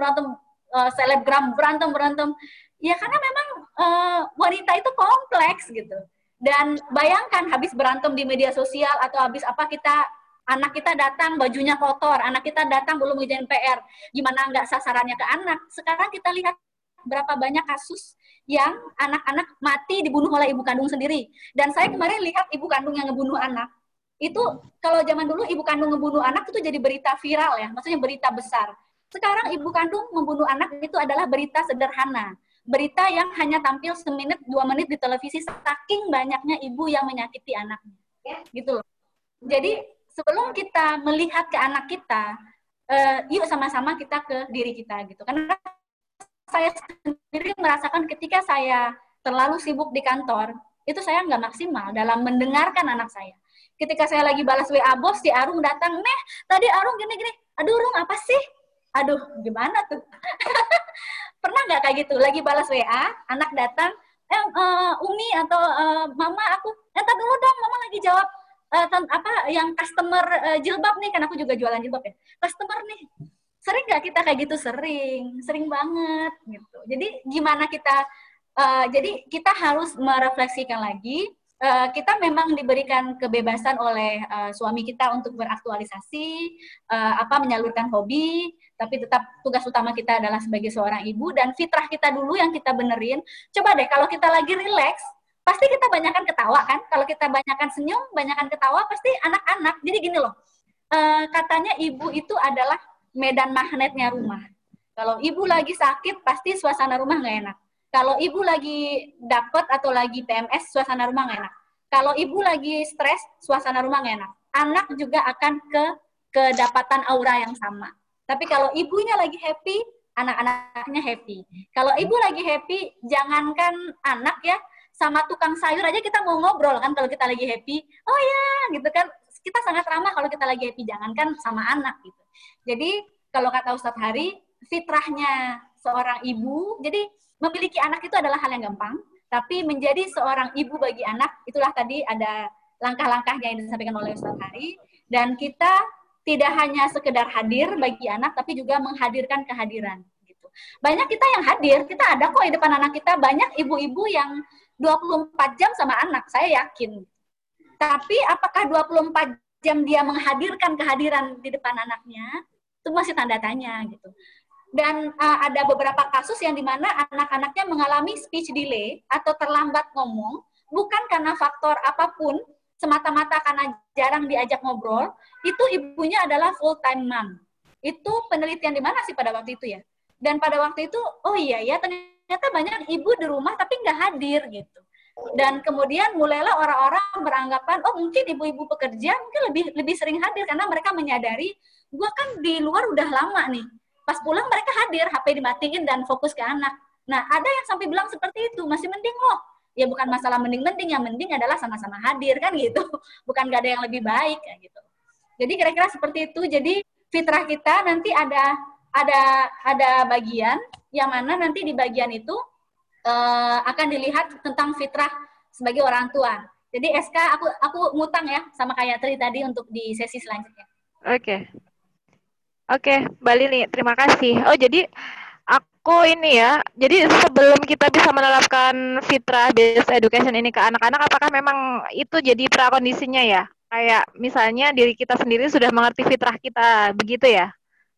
selebgram berantem. Ya karena memang wanita itu kompleks gitu. Dan bayangkan habis berantem di media sosial atau habis anak kita datang bajunya kotor, anak kita datang belum ngerjain PR. Gimana nggak sasarannya ke anak? Sekarang kita lihat berapa banyak kasus yang anak-anak mati dibunuh oleh ibu kandung sendiri. Dan saya kemarin lihat ibu kandung yang ngebunuh anak. Itu kalau zaman dulu ibu kandung ngebunuh anak itu jadi berita viral ya, maksudnya berita besar. Sekarang ibu kandung membunuh anak itu adalah berita sederhana. Berita yang hanya tampil semenit, 2 menit di televisi saking banyaknya ibu yang menyakiti anaknya. Gitu loh. Jadi sebelum kita melihat ke anak kita, yuk sama-sama kita ke diri kita gitu. Karena saya sendiri merasakan ketika saya terlalu sibuk di kantor, itu saya nggak maksimal dalam mendengarkan anak saya. Ketika saya lagi balas WA bos, si Arung datang, Meh, tadi Arung gini-gini, aduh Rung apa sih? Aduh, gimana tuh? Pernah nggak kayak gitu? Lagi balas WA, anak datang, Umi atau Mama aku, entar dulu dong, Mama lagi jawab yang customer jilbab nih, kan aku juga jualan jilbab ya. Customer nih, sering nggak kita kayak gitu? Sering banget gitu. Jadi gimana kita? Jadi kita harus merefleksikan lagi. Kita memang diberikan kebebasan oleh suami kita untuk beraktualisasi, menyalurkan hobi, tapi tetap tugas utama kita adalah sebagai seorang ibu, dan fitrah kita dulu yang kita benerin. Coba deh kalau kita lagi rileks, pasti kita banyakkan ketawa kan? Kalau kita banyakkan senyum, banyakkan ketawa, pasti anak-anak. Jadi gini loh, katanya ibu itu adalah medan magnetnya rumah. Kalau ibu lagi sakit, pasti suasana rumah nggak enak. Kalau ibu lagi dapet atau lagi PMS, suasana rumah nggak enak. Kalau ibu lagi stres, suasana rumah nggak enak. Anak juga akan kedapatan aura yang sama. Tapi kalau ibunya lagi happy, anak-anaknya happy. Kalau ibu lagi happy, jangankan anak ya, sama tukang sayur aja kita mau ngobrol kan kalau kita lagi happy. Oh ya, gitu kan. Kita sangat ramah kalau kita lagi happy, jangankan sama anak gitu. Jadi kalau kata Ustadz Hari, fitrahnya seorang ibu, jadi memiliki anak itu adalah hal yang gampang, tapi menjadi seorang ibu bagi anak, itulah tadi ada langkah-langkahnya yang disampaikan oleh Ustadz Hari, dan kita tidak hanya sekedar hadir bagi anak, tapi juga menghadirkan kehadiran. Gitu. Banyak kita yang hadir, kita ada kok di depan anak kita, banyak ibu-ibu yang 24 jam sama anak, saya yakin. Tapi apakah 24 jam dia menghadirkan kehadiran di depan anaknya, itu masih tanda tanya gitu. Dan ada beberapa kasus yang dimana anak-anaknya mengalami speech delay atau terlambat ngomong, bukan karena faktor apapun, semata-mata karena jarang diajak ngobrol, itu ibunya adalah full-time mom. Itu penelitian di mana sih pada waktu itu ya? Dan pada waktu itu, oh iya ya, ternyata banyak ibu di rumah tapi nggak hadir gitu. Dan kemudian mulailah orang-orang beranggapan, oh mungkin ibu-ibu pekerja mungkin lebih sering hadir karena mereka menyadari, gua kan di luar udah lama nih. Pas pulang mereka hadir, HP dimatiin dan fokus ke anak. Nah, ada yang sampai bilang seperti itu, masih mending loh. Ya bukan masalah mending-mending, yang mending adalah sama-sama hadir kan gitu. Bukan gak ada yang lebih baik kayak gitu. Jadi kira-kira seperti itu. Jadi fitrah kita nanti ada bagian yang mana nanti di bagian itu akan dilihat tentang fitrah sebagai orang tua. Jadi SK aku ngutang ya sama kayak Tri tadi untuk di sesi selanjutnya. Oke, Mbak Lini, terima kasih. Oh, jadi aku ini ya, jadi sebelum kita bisa menerapkan fitrah based education ini ke anak-anak, apakah memang itu jadi prakondisinya ya? Kayak misalnya diri kita sendiri sudah mengerti fitrah kita, begitu ya?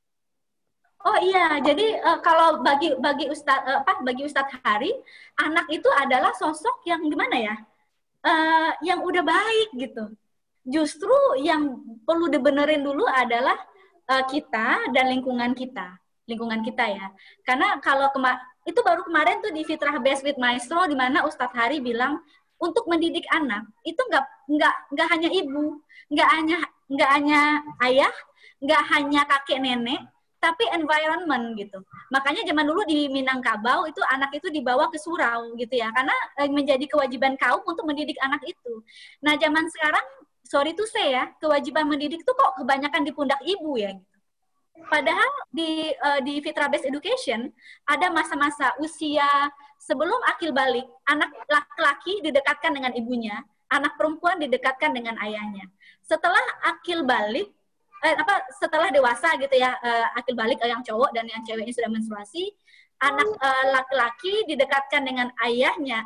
Oh iya, jadi kalau bagi Ustadz Hari, anak itu adalah sosok yang gimana ya? Yang udah baik gitu. Justru yang perlu dibenerin dulu adalah kita dan lingkungan kita ya. Karena kalau itu baru kemarin tuh di Fitrah Based with Maestro di mana Ustadz Hari bilang untuk mendidik anak itu nggak hanya ibu, nggak hanya ayah, nggak hanya kakek nenek, tapi environment gitu. Makanya zaman dulu di Minangkabau itu anak itu dibawa ke surau gitu ya, karena menjadi kewajiban kaum untuk mendidik anak itu. Nah zaman sekarang sorry to say ya, kewajiban mendidik itu kok kebanyakan di pundak ibu ya. Gitu. Padahal di Fitrah Based Education ada masa-masa usia sebelum akil balik, anak laki-laki didekatkan dengan ibunya, anak perempuan didekatkan dengan ayahnya. Setelah akil balik, setelah dewasa gitu ya, akil balik yang cowok dan yang ceweknya sudah menstruasi, anak laki-laki didekatkan dengan ayahnya,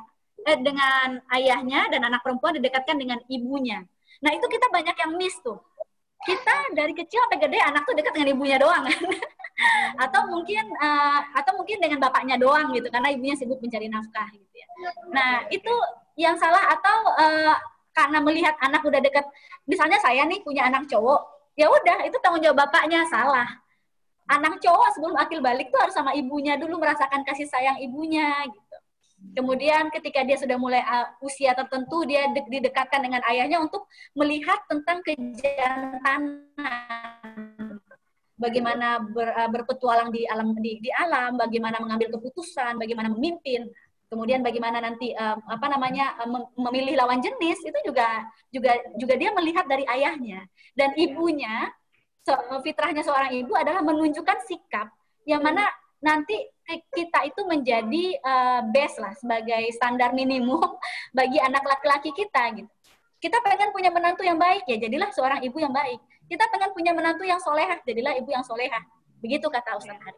dan anak perempuan didekatkan dengan ibunya. Nah, itu kita banyak yang miss tuh. Kita dari kecil sampai gede anak tuh dekat dengan ibunya doang kan. atau mungkin dengan bapaknya doang gitu karena ibunya sibuk mencari nafkah gitu ya. Nah, itu yang salah atau karena melihat anak udah dekat, misalnya saya nih punya anak cowok, ya udah itu tanggung jawab bapaknya, salah. Anak cowok sebelum akil balik tuh harus sama ibunya dulu, merasakan kasih sayang ibunya gitu. Kemudian ketika dia sudah mulai usia tertentu, dia didekatkan dengan ayahnya untuk melihat tentang kejantanan. bagaimana berpetualang di alam, bagaimana mengambil keputusan, bagaimana memimpin, kemudian bagaimana nanti memilih lawan jenis, itu juga dia melihat dari ayahnya. Dan ibunya, fitrahnya seorang ibu adalah menunjukkan sikap yang mana nanti kita itu menjadi base lah, sebagai standar minimum bagi anak laki-laki kita gitu. Kita pengen punya menantu yang baik, ya jadilah seorang ibu yang baik. Kita pengen punya menantu yang solehah, jadilah ibu yang solehah. Begitu kata Ustaz Hari.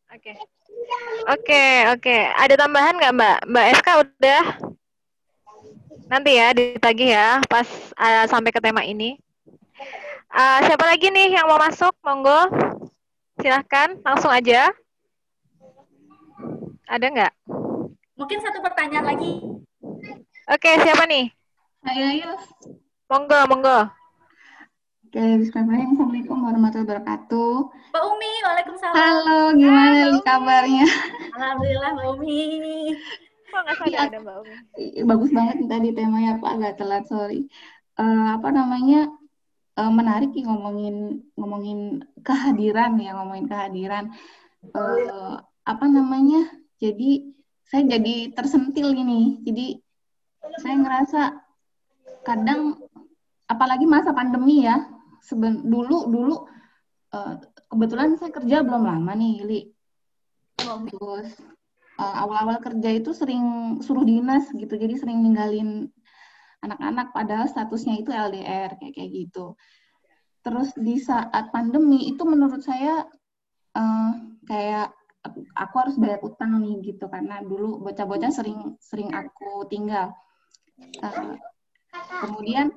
Oke. Ada tambahan nggak Mbak? Mbak SK udah? Nanti ya ditagih ya pas sampai ke tema ini. Siapa lagi nih yang mau masuk? Monggo. Silahkan, langsung aja. Ada nggak? Mungkin satu pertanyaan lagi. Oke, siapa nih? Ayo. Monggo. Oke, bismillahirrahmanirrahim. Assalamualaikum warahmatullahi wabarakatuh. Mbak Umi, waalaikumsalam. Halo, gimana nih kabarnya? Alhamdulillah Mbak Umi. Kok nggak sadar ada Mbak Umi? Bagus banget nih tadi temanya, Pak, agak telat, sorry. Menarik nih ngomongin kehadiran ya, jadi saya jadi tersentil ini. Jadi saya ngerasa kadang, apalagi masa pandemi ya, dulu kebetulan saya kerja belum lama nih, Li. Terus awal-awal kerja itu sering suruh dinas gitu, jadi sering ninggalin anak-anak padahal statusnya itu LDR kayak gitu. Terus di saat pandemi itu menurut saya kayak aku harus bayar utang nih gitu, karena dulu bocah-bocah sering aku tinggal. Kemudian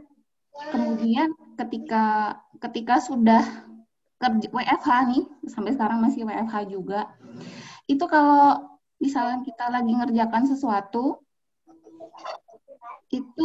ketika sudah kerja WFH nih, sampai sekarang masih WFH juga, itu kalau misalnya kita lagi ngerjakan sesuatu itu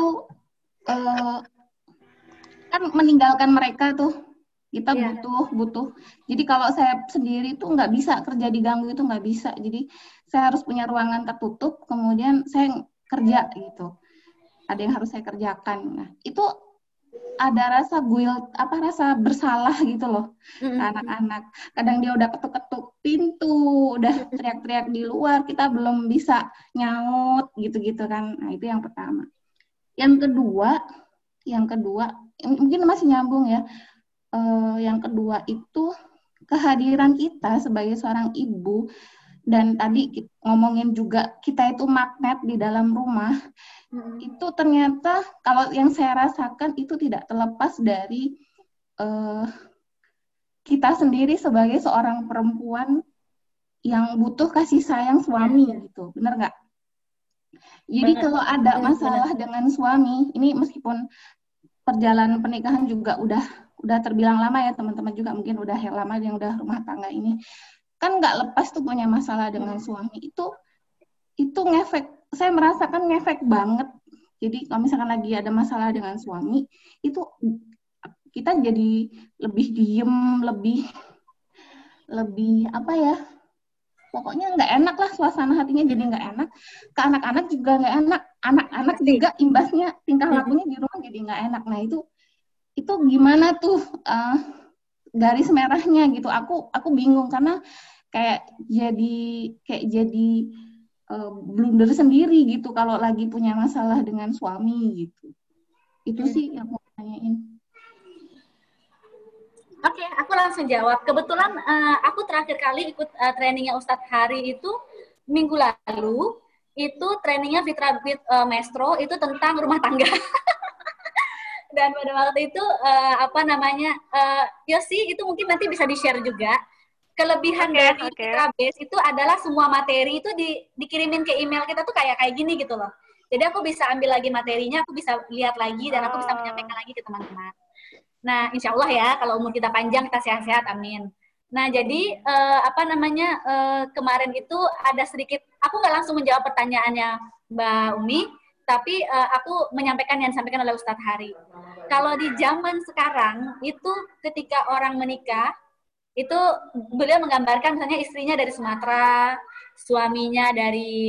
kan meninggalkan mereka tuh, kita butuh. Jadi kalau saya sendiri tuh nggak bisa kerja diganggu, itu nggak bisa. Jadi saya harus punya ruangan tertutup, kemudian saya kerja gitu. Ada yang harus saya kerjakan. Nah, itu ada rasa bersalah gitu loh ke anak-anak. Kadang dia udah ketuk-ketuk pintu, udah teriak-teriak di luar, kita belum bisa nyaut gitu-gitu kan. Nah, itu yang pertama. Yang kedua, mungkin masih nyambung ya. Yang kedua itu kehadiran kita sebagai seorang ibu, dan tadi ngomongin juga kita itu magnet di dalam rumah. Itu ternyata kalau yang saya rasakan itu tidak terlepas dari kita sendiri sebagai seorang perempuan yang butuh kasih sayang suami gitu, benar nggak? Jadi kalau ada masalah dengan suami, ini meskipun perjalanan pernikahan juga udah terbilang lama ya, teman-teman juga mungkin udah lama yang udah rumah tangga ini, kan nggak lepas tuh punya masalah dengan suami. Itu ngefek, saya merasakan ngefek banget. Jadi kalau misalkan lagi ada masalah dengan suami, itu kita jadi lebih diem, lebih apa ya, pokoknya nggak enak lah, suasana hatinya jadi nggak enak. Ke anak-anak juga nggak enak, anak-anak juga imbasnya tingkah lakunya di rumah jadi nggak enak. Nah itu gimana tuh garis merahnya gitu? Aku bingung, karena kayak jadi blunder sendiri gitu kalau lagi punya masalah dengan suami gitu. Itu sih yang mau tanyain. Oke, aku langsung jawab. Kebetulan aku terakhir kali ikut trainingnya Ustadz Hari itu minggu lalu. Itu trainingnya Fitra Maestro, itu tentang rumah tangga. Dan pada waktu itu Yosi itu mungkin nanti bisa di-share juga. Kelebihan dari Fitra Base itu adalah semua materi itu dikirimin ke email kita tuh kayak gini gitu loh. Jadi aku bisa ambil lagi materinya, aku bisa lihat lagi, dan aku bisa menyampaikan lagi ke teman-teman. Nah, insya Allah ya, kalau umur kita panjang, kita sehat-sehat, amin. Nah, jadi kemarin itu ada sedikit, aku nggak langsung menjawab pertanyaannya Mbak Umi, tapi aku menyampaikan yang disampaikan oleh Ustadz Hari. Kalau di zaman sekarang, itu ketika orang menikah, itu beliau menggambarkan misalnya istrinya dari Sumatera, suaminya dari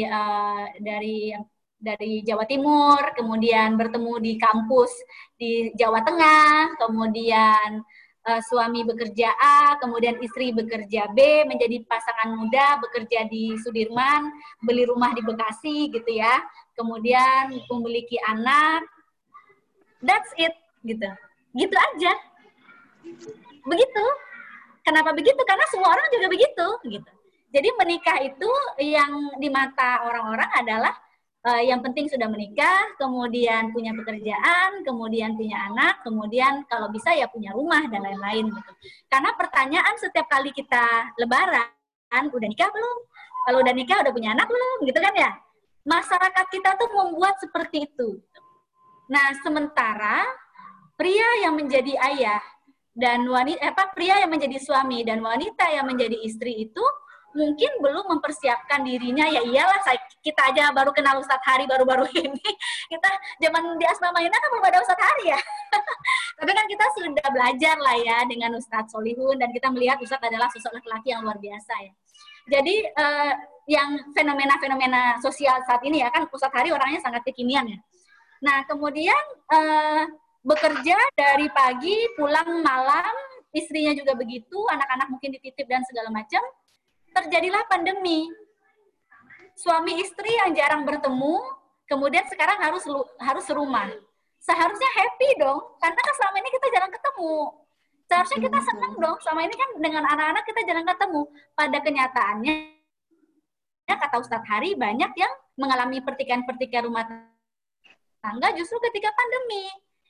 Jawa Timur, kemudian bertemu di kampus di Jawa Tengah, kemudian suami bekerja A, kemudian istri bekerja B, menjadi pasangan muda, bekerja di Sudirman, beli rumah di Bekasi gitu ya, kemudian memiliki anak, that's it gitu, gitu aja, begitu. Kenapa begitu? Karena semua orang juga begitu gitu. Jadi menikah itu yang di mata orang-orang adalah yang penting sudah menikah, kemudian punya pekerjaan, kemudian punya anak, kemudian kalau bisa ya punya rumah dan lain-lain gitu. Karena pertanyaan setiap kali kita lebaran, udah nikah belum? Kalau udah nikah udah punya anak belum? Gitu kan ya? Masyarakat kita tuh membuat seperti itu. Nah, sementara pria yang menjadi ayah dan pria yang menjadi suami dan wanita yang menjadi istri itu mungkin belum mempersiapkan dirinya. Ya iyalah, kita aja baru kenal Ustadz Hari baru-baru ini. Kita zaman di Asma Mainah kan belum ada Ustadz Hari ya. Tapi kan kita sudah belajar lah ya dengan Ustadz Solihun, dan kita melihat Ustadz adalah sosok laki-laki yang luar biasa ya. Jadi yang fenomena-fenomena sosial saat ini ya kan, Ustadz Hari orangnya sangat kekinian ya. Nah kemudian bekerja dari pagi, pulang malam, istrinya juga begitu, anak-anak mungkin dititip dan segala macam. Terjadilah pandemi. Suami istri yang jarang bertemu, kemudian sekarang harus serumah. Seharusnya happy dong, karena kan selama ini kita jarang ketemu. Seharusnya kita senang dong, selama ini kan dengan anak-anak kita jarang ketemu. Pada kenyataannya, kata Ustadz Hari, banyak yang mengalami pertikaian-pertikaian rumah tangga justru ketika pandemi.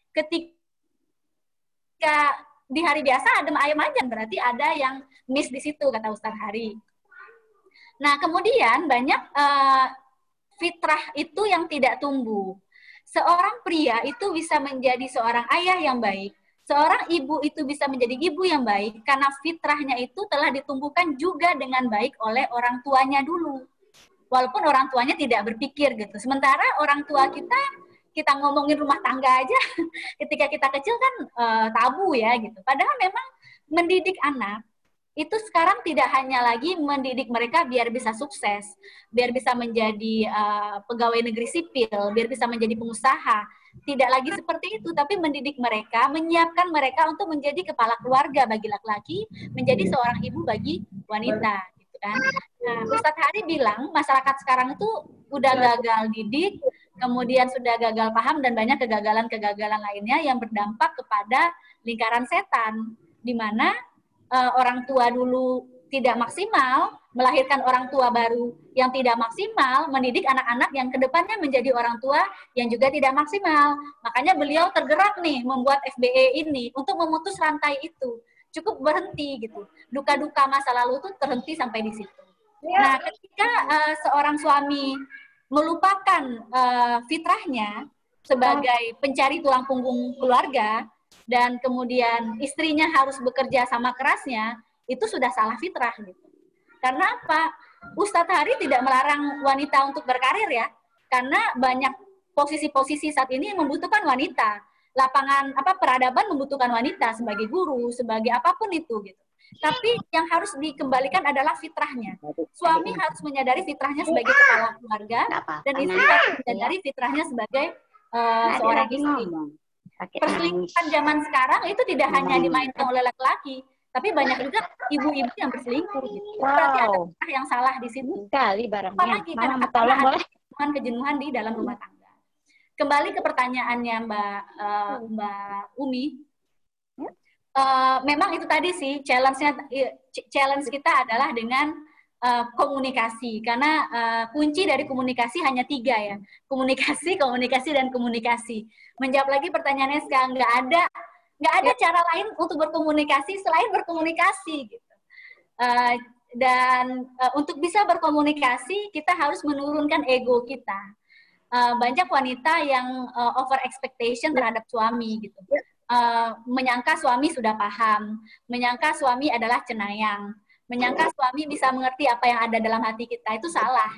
Ketika di hari biasa adem ayem aja, berarti ada yang miss di situ, kata Ustadz Hari. Nah, kemudian banyak fitrah itu yang tidak tumbuh. Seorang pria itu bisa menjadi seorang ayah yang baik. Seorang ibu itu bisa menjadi ibu yang baik karena fitrahnya itu telah ditumbuhkan juga dengan baik oleh orang tuanya dulu. Walaupun orang tuanya tidak berpikir gitu. Sementara orang tua kita ngomongin rumah tangga aja ketika kita kecil kan tabu ya gitu. Padahal memang mendidik anak itu sekarang tidak hanya lagi mendidik mereka biar bisa sukses, biar bisa menjadi pegawai negeri sipil, biar bisa menjadi pengusaha. Tidak lagi seperti itu, tapi mendidik mereka, menyiapkan mereka untuk menjadi kepala keluarga bagi laki-laki, menjadi seorang ibu bagi wanita, gitu kan. Nah, Ustadz Hari bilang masyarakat sekarang itu udah gagal didik, kemudian sudah gagal paham dan banyak kegagalan-kegagalan lainnya yang berdampak kepada lingkaran setan, di mana orang tua dulu tidak maksimal, melahirkan orang tua baru yang tidak maksimal, mendidik anak-anak yang kedepannya menjadi orang tua yang juga tidak maksimal. Makanya beliau tergerak nih membuat FBE ini untuk memutus rantai itu. Cukup berhenti gitu. Duka-duka masa lalu itu terhenti sampai di situ. Nah, ketika seorang suami melupakan fitrahnya sebagai pencari tulang punggung keluarga, dan kemudian istrinya harus bekerja sama kerasnya, itu sudah salah fitrah gitu. Karena apa? Ustadz Hari tidak melarang wanita untuk berkarir ya, karena banyak posisi-posisi saat ini membutuhkan wanita. Lapangan peradaban membutuhkan wanita sebagai guru, sebagai apapun itu gitu. Tapi yang harus dikembalikan adalah fitrahnya. Suami harus menyadari fitrahnya sebagai kepala keluarga, dan istri harus menyadari fitrahnya sebagai seorang istri. Perselingkuhan zaman sekarang itu tidak hanya dimainkan oleh laki-laki, tapi banyak juga ibu-ibu yang berselingkuh. Gitu. Berarti ada fitrah yang salah di situ. Sekali barangnya. Apalagi karena ada kejenuhan di dalam rumah tangga. Kembali ke pertanyaannya Mbak Umi. Memang itu tadi sih challenge kita adalah dengan komunikasi, karena kunci dari komunikasi hanya 3 ya, komunikasi, dan komunikasi. Menjawab lagi pertanyaannya sekarang, nggak ada cara lain untuk berkomunikasi selain berkomunikasi gitu. Dan untuk bisa berkomunikasi kita harus menurunkan ego kita. Banyak wanita yang over expectation terhadap suami gitu. Menyangka suami sudah paham, menyangka suami adalah cenayang, menyangka suami bisa mengerti apa yang ada dalam hati kita. Itu salah.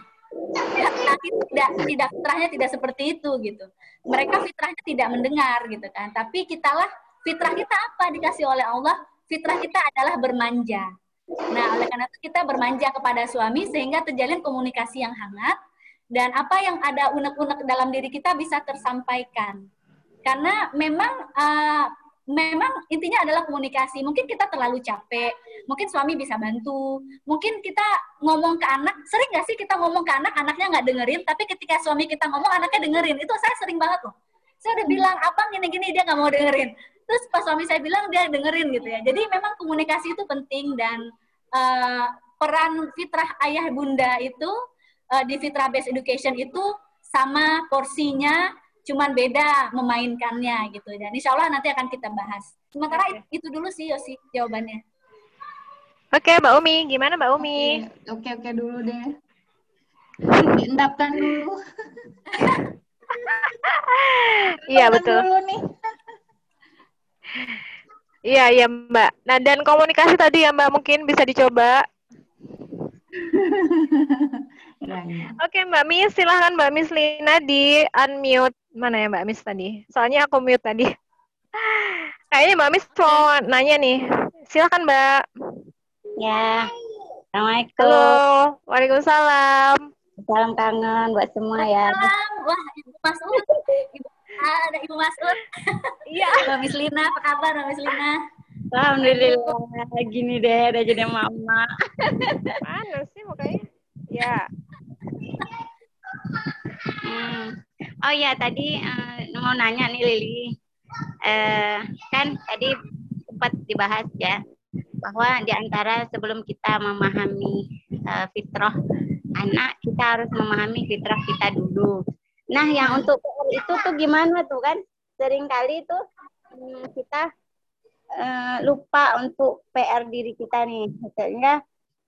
Fitrahnya tidak seperti itu gitu. Mereka fitrahnya tidak mendengar gitu kan. Tapi kitalah, fitrah kita apa dikasih oleh Allah? Fitrah kita adalah bermanja. Nah, oleh karena itu kita bermanja kepada suami sehingga terjalin komunikasi yang hangat, dan apa yang ada unek-unek dalam diri kita bisa tersampaikan. Karena memang memang intinya adalah komunikasi. Mungkin kita terlalu capek, mungkin suami bisa bantu, mungkin kita ngomong ke anak, sering nggak sih kita ngomong ke anak, anaknya nggak dengerin, tapi ketika suami kita ngomong, anaknya dengerin. Itu saya sering banget loh. Saya udah bilang, apa gini-gini, dia nggak mau dengerin. Terus pas suami saya bilang, dia dengerin gitu ya. Jadi memang komunikasi itu penting, dan peran fitrah ayah bunda itu di fitrah based education itu sama porsinya, cuman beda memainkannya gitu. Dan insya Allah nanti akan kita bahas. Sementara itu dulu sih Yosi jawabannya. Oke, Mbak Umi, gimana Mbak Umi? Oke dulu deh. Diendapkan dulu. Iya betul. Dulu nih. Iya Mbak. Nah, dan komunikasi tadi ya Mbak mungkin bisa dicoba. Ya. Oke Mbak Miss, silahkan Mbak Miss Lina di unmute. Mana ya Mbak Miss tadi? Soalnya aku mute tadi. Kayaknya Mbak Miss mau nanya nih. Silahkan Mbak. Ya, Assalamualaikum. Halo, Waalaikumsalam. Salam kangen buat semua ya. Salam, wah Ibu Masud, ada Ibu Masud. Iya. Mbak Miss Lina, apa kabar Mbak Miss Lina? Alhamdulillah, gini deh, udah jadi mama. Mana sih mukanya? Ya. Oh ya, tadi mau nanya nih Lili. Kan tadi sempat dibahas ya, bahwa di antara sebelum kita memahami fitrah anak, kita harus memahami fitrah kita dulu. Nah, yang untuk PR itu tuh gimana tuh kan? Seringkali tuh kita lupa untuk PR diri kita nih. Misalnya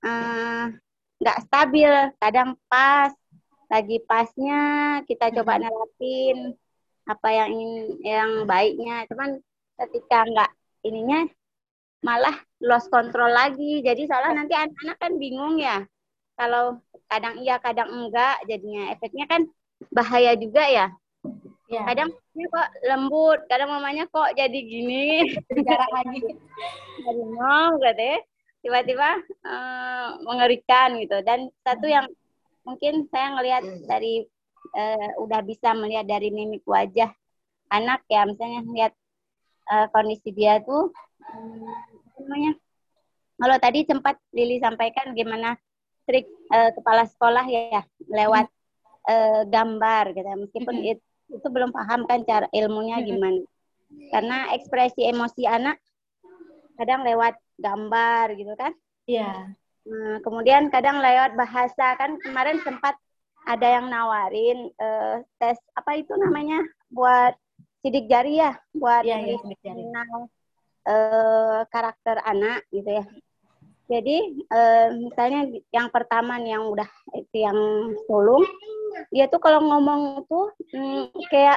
nggak stabil, kadang pas, lagi pasnya kita coba nerapin apa yang baiknya, cuman ketika nggak ininya malah lost control lagi. Jadi soalnya nanti anak-anak kan bingung ya, kalau kadang iya kadang enggak, jadinya efeknya kan bahaya juga ya. Ya. Kadang kok lembut, kadang mamanya kok jadi gini, Jarang lagi. harimau gitu, tiba-tiba mengerikan gitu. Dan satu yang mungkin saya ngelihat dari udah bisa melihat dari mimik wajah anak ya, misalnya lihat kondisi dia tuh namanya. Kalau tadi sempat Lili sampaikan gimana trik kepala sekolah ya lewat gambar gitu, meskipun itu belum paham kan cara ilmunya gimana, karena ekspresi emosi anak kadang lewat gambar gitu kan. Iya. Kemudian kadang lewat bahasa, kan kemarin sempat ada yang nawarin tes apa itu namanya buat sidik jari ya, buat mengenal karakter anak gitu ya. Jadi misalnya yang pertama nih yang udah itu yang sulung, dia tuh kalau ngomong tuh kayak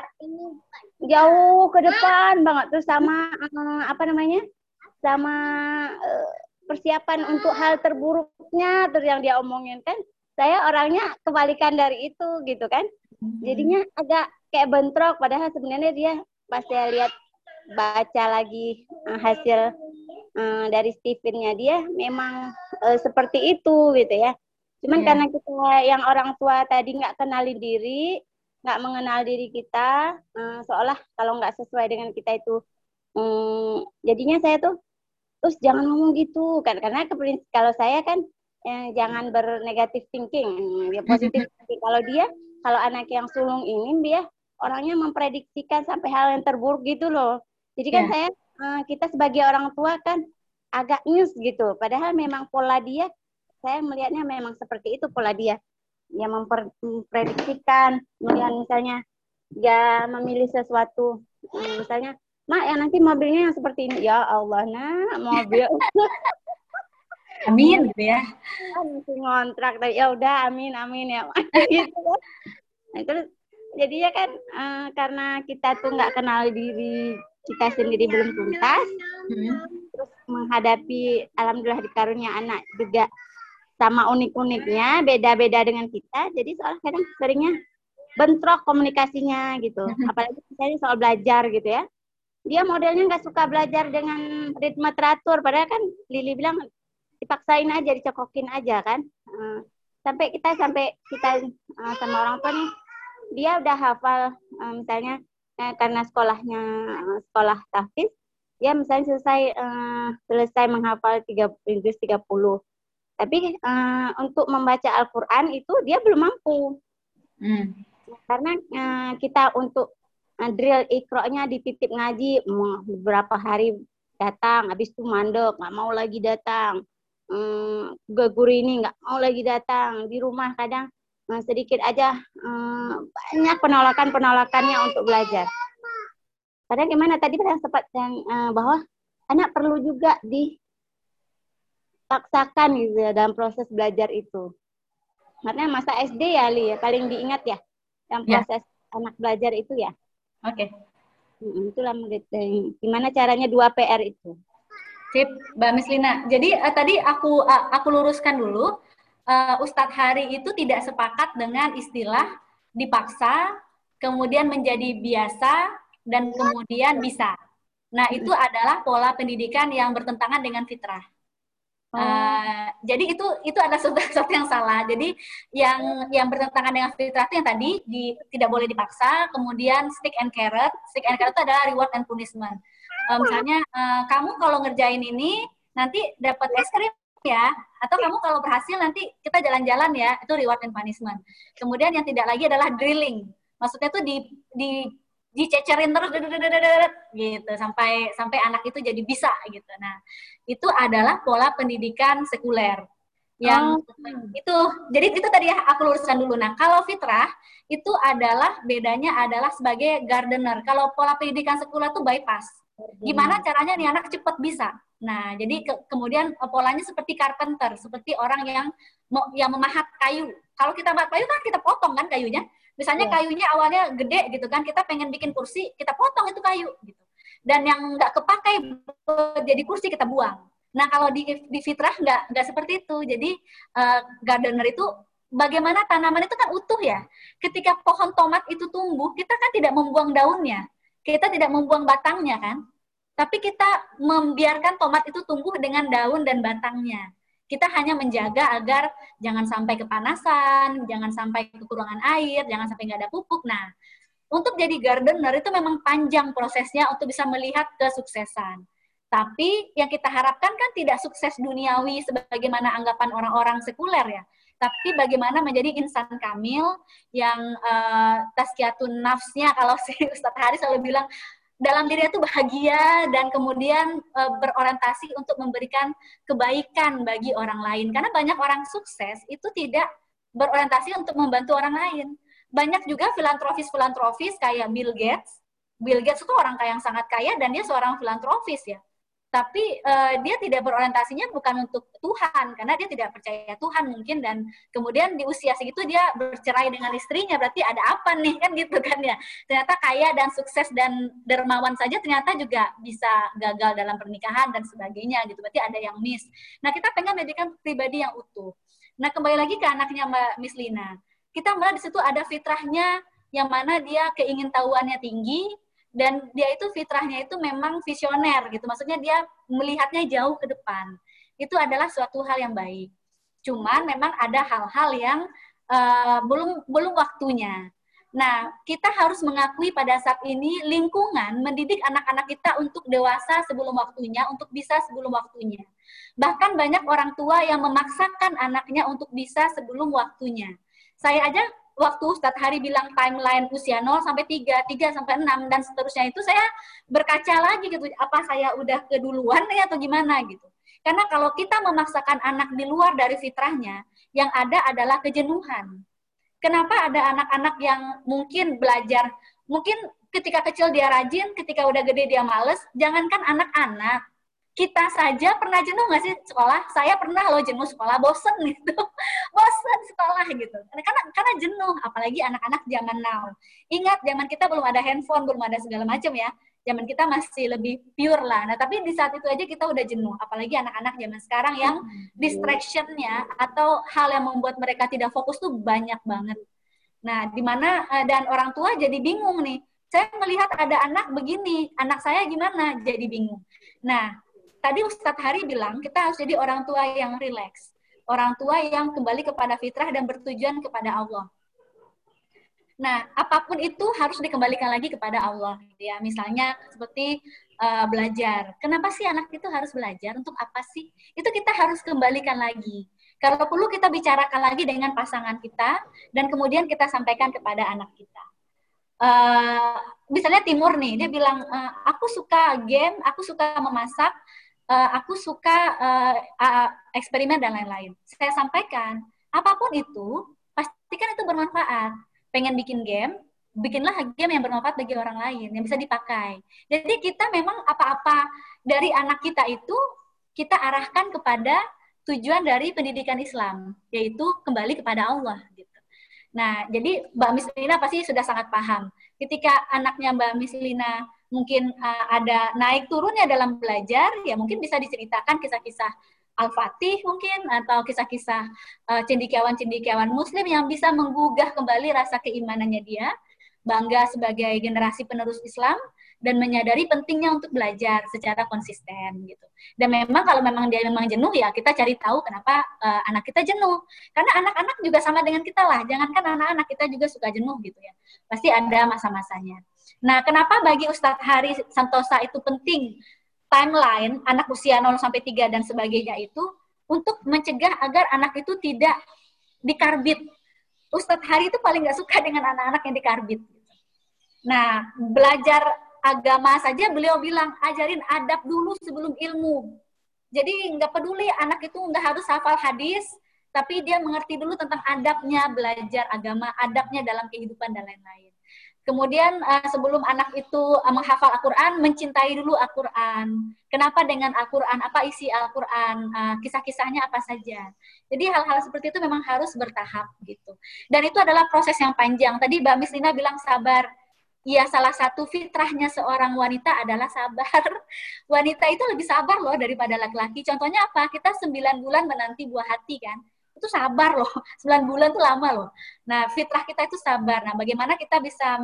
jauh ke depan banget tuh sama apa namanya, sama persiapan untuk hal terburuknya terus yang dia omongin kan. Saya orangnya kebalikan dari itu gitu kan. Jadinya agak kayak bentrok, padahal sebenarnya dia pas saya lihat baca lagi hasil dari Stephen-nya, dia memang seperti itu gitu ya. Cuman karena kita yang orang tua tadi nggak kenali diri, nggak mengenal diri kita, seolah kalau nggak sesuai dengan kita itu, jadinya saya tuh terus jangan ngomong gitu kan, karena kalau saya kan jangan bernegatif thinking, dia positif. Kalau anak yang sulung ini dia orangnya memprediksikan sampai hal yang terburuk gitu loh. Jadi kan kita sebagai orang tua kan agak nyus gitu. Padahal memang pola dia, saya melihatnya memang seperti itu pola dia. Dia memprediksikan, kemudian misalnya dia memilih sesuatu, misalnya, Mak, yang nanti mobilnya yang seperti ini. Ya Allah, nak, mobil. Amin gitu ya. Masih ngontrak, tapi ya udah amin ya. Gitu. Nah, terus jadinya kan karena kita tuh nggak kenal diri kita sendiri belum tuntas, terus menghadapi alhamdulillah dikarunia anak juga sama unik-uniknya, beda-beda dengan kita, jadi soal kadang seringnya bentrok komunikasinya gitu. Apalagi misalnya soal belajar gitu ya, dia modelnya nggak suka belajar dengan ritme teratur, padahal kan Lili bilang dipaksain aja, dicokokin aja kan, sampai kita sama orang tua nih, dia udah hafal misalnya karena sekolahnya sekolah tahfiz, dia misalnya selesai menghafal Inggris 30. Tapi untuk membaca Al-Quran itu dia belum mampu. Karena kita untuk drill Iqra-nya dititip ngaji beberapa hari datang, habis itu mandek, nggak mau lagi datang. Guru ini nggak mau lagi datang. Di rumah kadang sedikit aja banyak penolakannya untuk belajar. Padahal gimana tadi pada sempat bahwa anak perlu juga dipaksakan gitu ya, dalam proses belajar itu. Karena masa SD ya, Li, ya, paling diingat ya, yang proses anak belajar itu ya. Oke. Itulah gimana caranya 2 PR itu. Sip, Mbak Mislina. Jadi tadi aku luruskan dulu, Ustadz Hari itu tidak sepakat dengan istilah dipaksa, kemudian menjadi biasa, dan kemudian bisa. Nah, itu adalah pola pendidikan yang bertentangan dengan fitrah. Jadi itu adalah sesuatu yang salah. Jadi yang bertentangan dengan fitrah itu yang tadi tidak boleh dipaksa, kemudian stick and carrot. Stick and carrot itu adalah reward and punishment. Misalnya kamu kalau ngerjain ini nanti dapat es krim ya, atau kamu kalau berhasil nanti kita jalan-jalan ya, itu reward and punishment. Kemudian yang tidak lagi adalah drilling. Maksudnya itu dicecerin terus gitu sampai anak itu jadi bisa gitu. Nah, itu adalah pola pendidikan sekuler yang itu. Jadi itu tadi ya aku luruskan dulu. Nah, kalau fitrah itu adalah bedanya adalah sebagai gardener. Kalau pola pendidikan sekuler itu bypass. Gimana caranya nih anak cepat bisa? Nah, jadi kemudian polanya seperti carpenter, seperti orang yang memahat kayu. Kalau kita memahat kayu kan kita potong kan kayunya. Misalnya kayunya awalnya gede gitu kan, kita pengen bikin kursi, kita potong itu kayu gitu. Dan yang nggak kepakai jadi kursi kita buang. Nah, kalau di fitrah nggak seperti itu. Jadi gardener itu bagaimana tanaman itu kan utuh ya. Ketika pohon tomat itu tumbuh, kita kan tidak membuang daunnya. Kita tidak membuang batangnya kan. Tapi kita membiarkan tomat itu tumbuh dengan daun dan batangnya. Kita hanya menjaga agar jangan sampai kepanasan, jangan sampai kekurangan air, jangan sampai nggak ada pupuk. Nah, untuk jadi gardener itu memang panjang prosesnya untuk bisa melihat kesuksesan. Tapi yang kita harapkan kan tidak sukses duniawi sebagaimana anggapan orang-orang sekuler ya. Tapi bagaimana menjadi insan kamil yang tazkiyatun nafsnya, kalau si Ustadz Hari selalu bilang, dalam dirinya itu bahagia dan kemudian berorientasi untuk memberikan kebaikan bagi orang lain. Karena banyak orang sukses itu tidak berorientasi untuk membantu orang lain. Banyak juga filantropis kayak Bill Gates. Bill Gates itu orang yang sangat kaya dan dia seorang filantropis ya. Tapi dia tidak berorientasinya bukan untuk Tuhan, karena dia tidak percaya Tuhan mungkin, dan kemudian di usia segitu dia bercerai dengan istrinya, berarti ada apa nih, kan gitu kan ya. Ternyata kaya dan sukses dan dermawan saja ternyata juga bisa gagal dalam pernikahan dan sebagainya gitu, berarti ada yang miss. Nah, kita pengen menjadikan pribadi yang utuh. Nah, kembali lagi ke anaknya Mbak Mislina. Kita melihat di situ ada fitrahnya, yang mana dia keingintahuannya tinggi, dan dia itu fitrahnya itu memang visioner gitu, maksudnya dia melihatnya jauh ke depan. Itu adalah suatu hal yang baik. Cuman memang ada hal-hal yang belum waktunya. Nah, kita harus mengakui pada saat ini lingkungan mendidik anak-anak kita untuk dewasa sebelum waktunya, untuk bisa sebelum waktunya. Bahkan banyak orang tua yang memaksakan anaknya untuk bisa sebelum waktunya. Saya aja waktu Ustadz Hari bilang timeline usia 0 sampai 3, 3 sampai 6, dan seterusnya itu saya berkaca lagi gitu, apa saya udah keduluan ya atau gimana gitu. Karena kalau kita memaksakan anak di luar dari fitrahnya, yang ada adalah kejenuhan. Kenapa ada anak-anak yang mungkin belajar, mungkin ketika kecil dia rajin, ketika udah gede dia males, jangankan anak-anak, kita saja pernah jenuh nggak sih sekolah? Saya pernah loh jenuh sekolah, bosen gitu. Bosen sekolah gitu. Karena jenuh, apalagi anak-anak zaman now. Ingat, zaman kita belum ada handphone, belum ada segala macam ya. Zaman kita masih lebih pure lah. Nah, tapi di saat itu aja kita udah jenuh. Apalagi anak-anak zaman sekarang yang distraction-nya atau hal yang membuat mereka tidak fokus tuh banyak banget. Nah, di mana dan orang tua jadi bingung nih. Saya melihat ada anak begini, anak saya gimana? Jadi bingung. Nah, tadi Ustadz Hari bilang, kita harus jadi orang tua yang rileks. Orang tua yang kembali kepada fitrah dan bertujuan kepada Allah. Nah, apapun itu harus dikembalikan lagi kepada Allah, gitu ya. Misalnya seperti belajar. Kenapa sih anak itu harus belajar? Untuk apa sih? Itu kita harus kembalikan lagi. Kalau perlu kita bicarakan lagi dengan pasangan kita dan kemudian kita sampaikan kepada anak kita. Misalnya Timur nih, dia bilang, aku suka game, aku suka memasak, aku suka eksperimen dan lain-lain. Saya sampaikan, apapun itu, pastikan itu bermanfaat. Pengen bikin game, bikinlah game yang bermanfaat bagi orang lain, yang bisa dipakai. Jadi kita memang apa-apa dari anak kita itu, kita arahkan kepada tujuan dari pendidikan Islam, yaitu kembali kepada Allah. Gitu. Nah, jadi Mbak Miss Lina pasti sudah sangat paham. Ketika anaknya Mbak Miss Lina mungkin ada naik turunnya dalam belajar, ya mungkin bisa diceritakan kisah-kisah Al-Fatih mungkin, atau kisah-kisah cendekiawan-cendekiawan Muslim yang bisa menggugah kembali rasa keimanannya dia, bangga sebagai generasi penerus Islam, dan menyadari pentingnya untuk belajar secara konsisten gitu. Dan memang kalau memang dia memang jenuh, ya kita cari tahu kenapa anak kita jenuh. Karena anak-anak juga sama dengan kita lah, jangankan anak-anak, kita juga suka jenuh gitu ya. Pasti ada masa-masanya. Nah, kenapa bagi Ustadz Hari Santosa itu penting timeline anak usia 0-3 dan sebagainya itu untuk mencegah agar anak itu tidak dikarbit. Ustadz Hari itu paling nggak suka dengan anak-anak yang dikarbit. Nah, belajar agama saja beliau bilang, ajarin adab dulu sebelum ilmu. Jadi nggak peduli anak itu nggak harus hafal hadis, tapi dia mengerti dulu tentang adabnya belajar agama, adabnya dalam kehidupan dan lain-lain. Kemudian sebelum anak itu menghafal Al-Quran, mencintai dulu Al-Quran. Kenapa dengan Al-Quran? Apa isi Al-Quran? Kisah-kisahnya apa saja? Jadi hal-hal seperti itu memang harus bertahap gitu. Dan itu adalah proses yang panjang. Tadi Mbak Miss Lina bilang sabar. Iya, salah satu fitrahnya seorang wanita adalah sabar. Wanita itu lebih sabar loh daripada laki-laki. Contohnya apa? Kita 9 bulan menanti buah hati kan. Itu sabar loh. 9 bulan itu lama loh. Nah, fitrah kita itu sabar. Nah, bagaimana kita bisa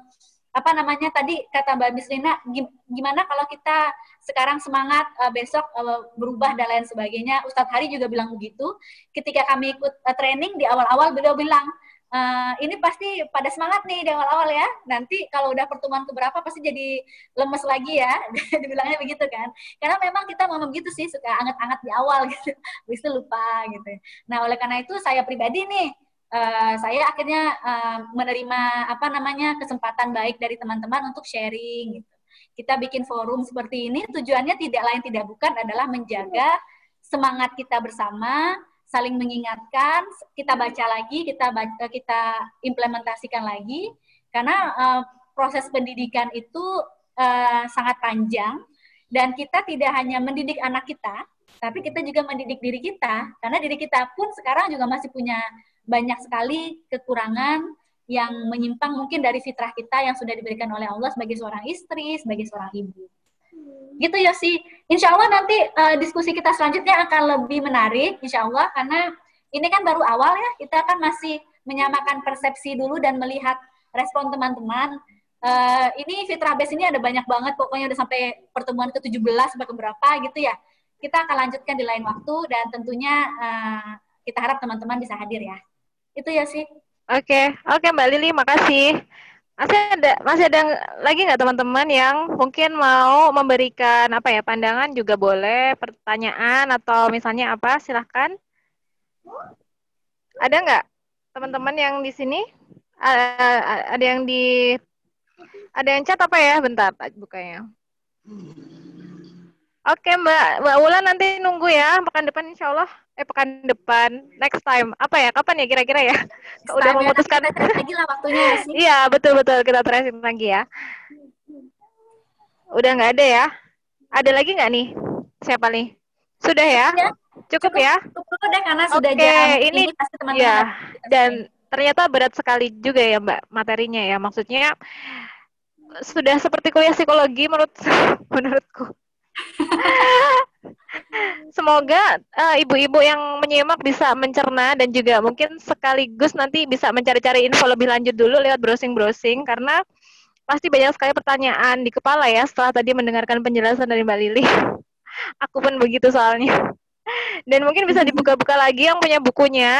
tadi kata Mbak Miss Lina, gimana kalau kita sekarang semangat, besok berubah dan lain sebagainya. Ustadz Hari juga bilang begitu. Ketika kami ikut training di awal-awal, beliau bilang, ini pasti pada semangat nih di awal-awal ya. Nanti kalau udah pertemuan keberapa pasti jadi lemes lagi ya. Dibilangnya begitu kan. Karena memang kita ngomong gitu sih, suka anget-anget di awal gitu. Habis itu lupa gitu. Nah, oleh karena itu saya pribadi nih, saya akhirnya menerima kesempatan baik dari teman-teman untuk sharing gitu. Kita bikin forum seperti ini, tujuannya tidak lain tidak bukan adalah menjaga semangat kita bersama, saling mengingatkan, kita baca lagi, kita implementasikan lagi, karena proses pendidikan itu sangat panjang, dan kita tidak hanya mendidik anak kita, tapi kita juga mendidik diri kita, karena diri kita pun sekarang juga masih punya banyak sekali kekurangan yang menyimpang mungkin dari fitrah kita yang sudah diberikan oleh Allah sebagai seorang istri, sebagai seorang ibu. Gitu ya sih. Insya Allah nanti diskusi kita selanjutnya akan lebih menarik, insya Allah, karena ini kan baru awal ya, kita kan masih menyamakan persepsi dulu dan melihat respon teman-teman. Ini Fitrah Base ini ada banyak banget, pokoknya udah sampai pertemuan ke-17 sampai ke berapa gitu ya. Kita akan lanjutkan di lain waktu dan tentunya kita harap teman-teman bisa hadir ya. Itu ya sih. Oke, Mbak Lili, makasih. Masih ada lagi nggak teman-teman yang mungkin mau memberikan pandangan juga boleh, pertanyaan atau misalnya apa, silahkan. Ada nggak teman-teman yang di sini? Ada yang chat apa ya? Bentar, bukanya. Oke, Mbak Wulan nanti nunggu ya, pekan depan insya Allah. Pekan depan, next time. Apa ya? Kapan ya kira-kira ya? Udah memutuskan. Kita lagi lah waktunya ya sih. Iya, betul-betul. Kita tracing lagi ya. Udah nggak ada ya? Ada lagi nggak nih? Siapa nih? Sudah ya? Cukup ya? Cukup deh, karena sudah jam ini pasti teman-teman. Ya, dan ternyata berat sekali juga ya Mbak materinya ya. Maksudnya sudah seperti kuliah psikologi menurutku. Semoga ibu-ibu yang menyimak bisa mencerna dan juga mungkin sekaligus nanti bisa mencari-cari info lebih lanjut dulu lewat browsing-browsing, karena pasti banyak sekali pertanyaan di kepala ya setelah tadi mendengarkan penjelasan dari Mbak Lili. Aku pun begitu soalnya. Dan mungkin bisa dibuka-buka lagi yang punya bukunya,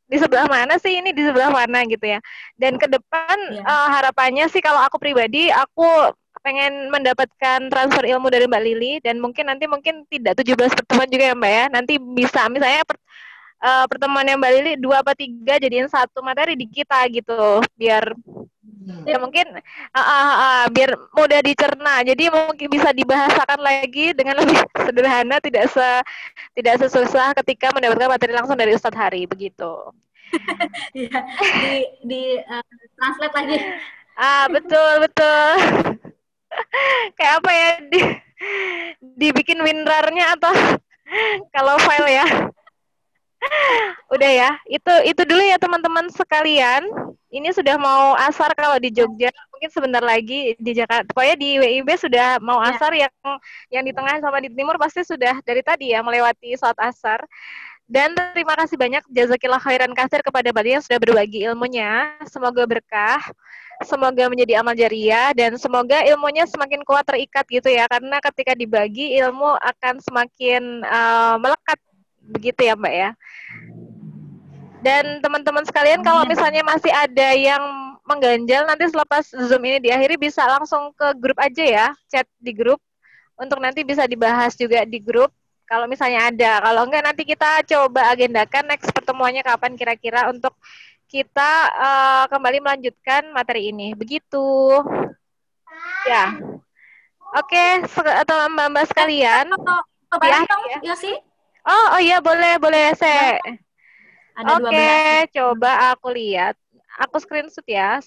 di sebelah mana sih ini, di sebelah mana gitu ya. Dan ke depan Iya. harapannya sih kalau aku pribadi, aku pengen mendapatkan transfer ilmu dari Mbak Lili, dan mungkin nanti mungkin tidak 17 pertemuan juga ya Mbak ya. Nanti bisa misalnya pertemuannya Mbak Lili 2 apa 3 jadiin satu materi di kita gitu, biar ya mungkin biar mudah dicerna. Jadi mungkin bisa dibahasakan lagi dengan lebih sederhana, tidak sesusah ketika mendapatkan materi langsung dari Ustadz Hari begitu. Iya, di translate lagi. Betul betul. Kayak apa ya, dibikin WinRAR-nya atau kalau file ya. Udah ya, itu dulu ya teman-teman sekalian. Ini sudah mau asar kalau di Jogja, mungkin sebentar lagi di Jakarta. Pokoknya di WIB sudah mau asar, yang di tengah sama di timur pasti sudah dari tadi ya melewati sholat asar. Dan terima kasih banyak jazakillah khairan katsir kepada Mbak Lia yang sudah berbagi ilmunya. Semoga berkah, semoga menjadi amal jariah, dan semoga ilmunya semakin kuat terikat gitu ya. Karena ketika dibagi ilmu akan semakin melekat begitu ya Mbak ya. Dan teman-teman sekalian, kalau misalnya masih ada yang mengganjal, nanti selepas Zoom ini diakhiri bisa langsung ke grup aja ya, chat di grup, untuk nanti bisa dibahas juga di grup kalau misalnya ada. Kalau enggak, nanti kita coba agendakan next pertemuannya kapan kira-kira untuk kita kembali melanjutkan materi ini. Begitu. Ya. Oke, Mbak-mbak sekalian. Bareng dong, Yosi. Oh iya, boleh saya. Ada Oke, coba aku lihat. Aku screenshot ya,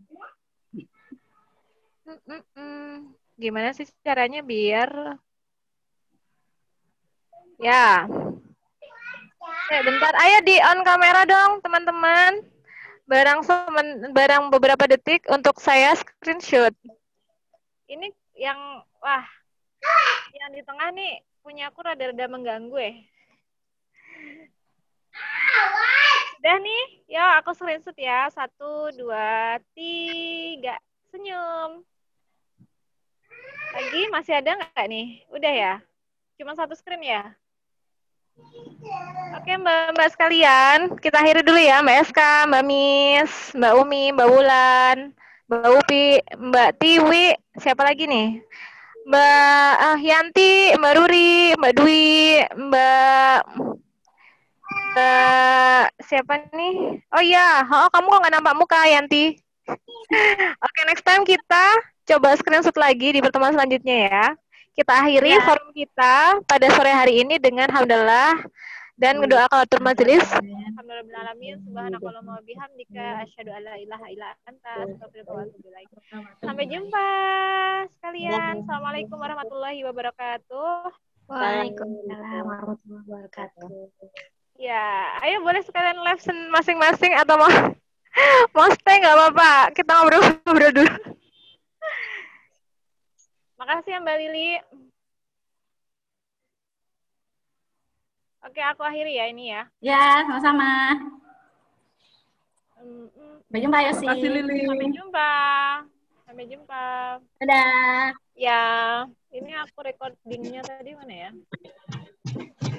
Gimana sih caranya biar ya. Bentar, ayo di on kamera dong, teman-teman. Barang beberapa detik untuk saya screenshot. Ini yang yang di tengah nih punya aku rada-rada mengganggu ya. Udah nih, ya aku screenshot ya. 1, 2, 3. Senyum. Lagi masih ada nggak nih? Udah ya? Cuma satu screen ya? Oke Mbak sekalian, kita akhiri dulu ya Mbak Eska, Mbak Mis, Mbak Umi, Mbak Wulan, Mbak Upi, Mbak Tiwi, siapa lagi nih? Mbak Yanti, Mbak Ruri, Mbak Dwi, Mbak siapa nih? Oh iya, kamu kok nggak nampak muka Yanti? Oke, next time kita coba screenshot lagi di pertemuan selanjutnya ya. Kita akhiri forum kita pada sore hari ini dengan hamdalah dan doa kafaratul majelis. Alhamdulillahirabbil alamin, subhanakallahumma wa bihamdika asyhadu an la ilaha illa anta astaghfiruka wa atubu ilaik. Sampai jumpa sekalian. Assalamualaikum warahmatullahi wabarakatuh. Waalaikumsalam warahmatullahi wabarakatuh. Ya, ayo boleh sekalian live masing-masing atau mau stay nggak apa-apa. Kita ngobrol-ngobrol dulu. Makasih ya Mbak Lili. Oke, aku akhiri ya ini ya. Ya, sama-sama. Sampai jumpa Yosi. Terima kasih Lili. Sampai jumpa. Sampai jumpa. Dadah. Ya, ini aku recordingnya tadi mana ya?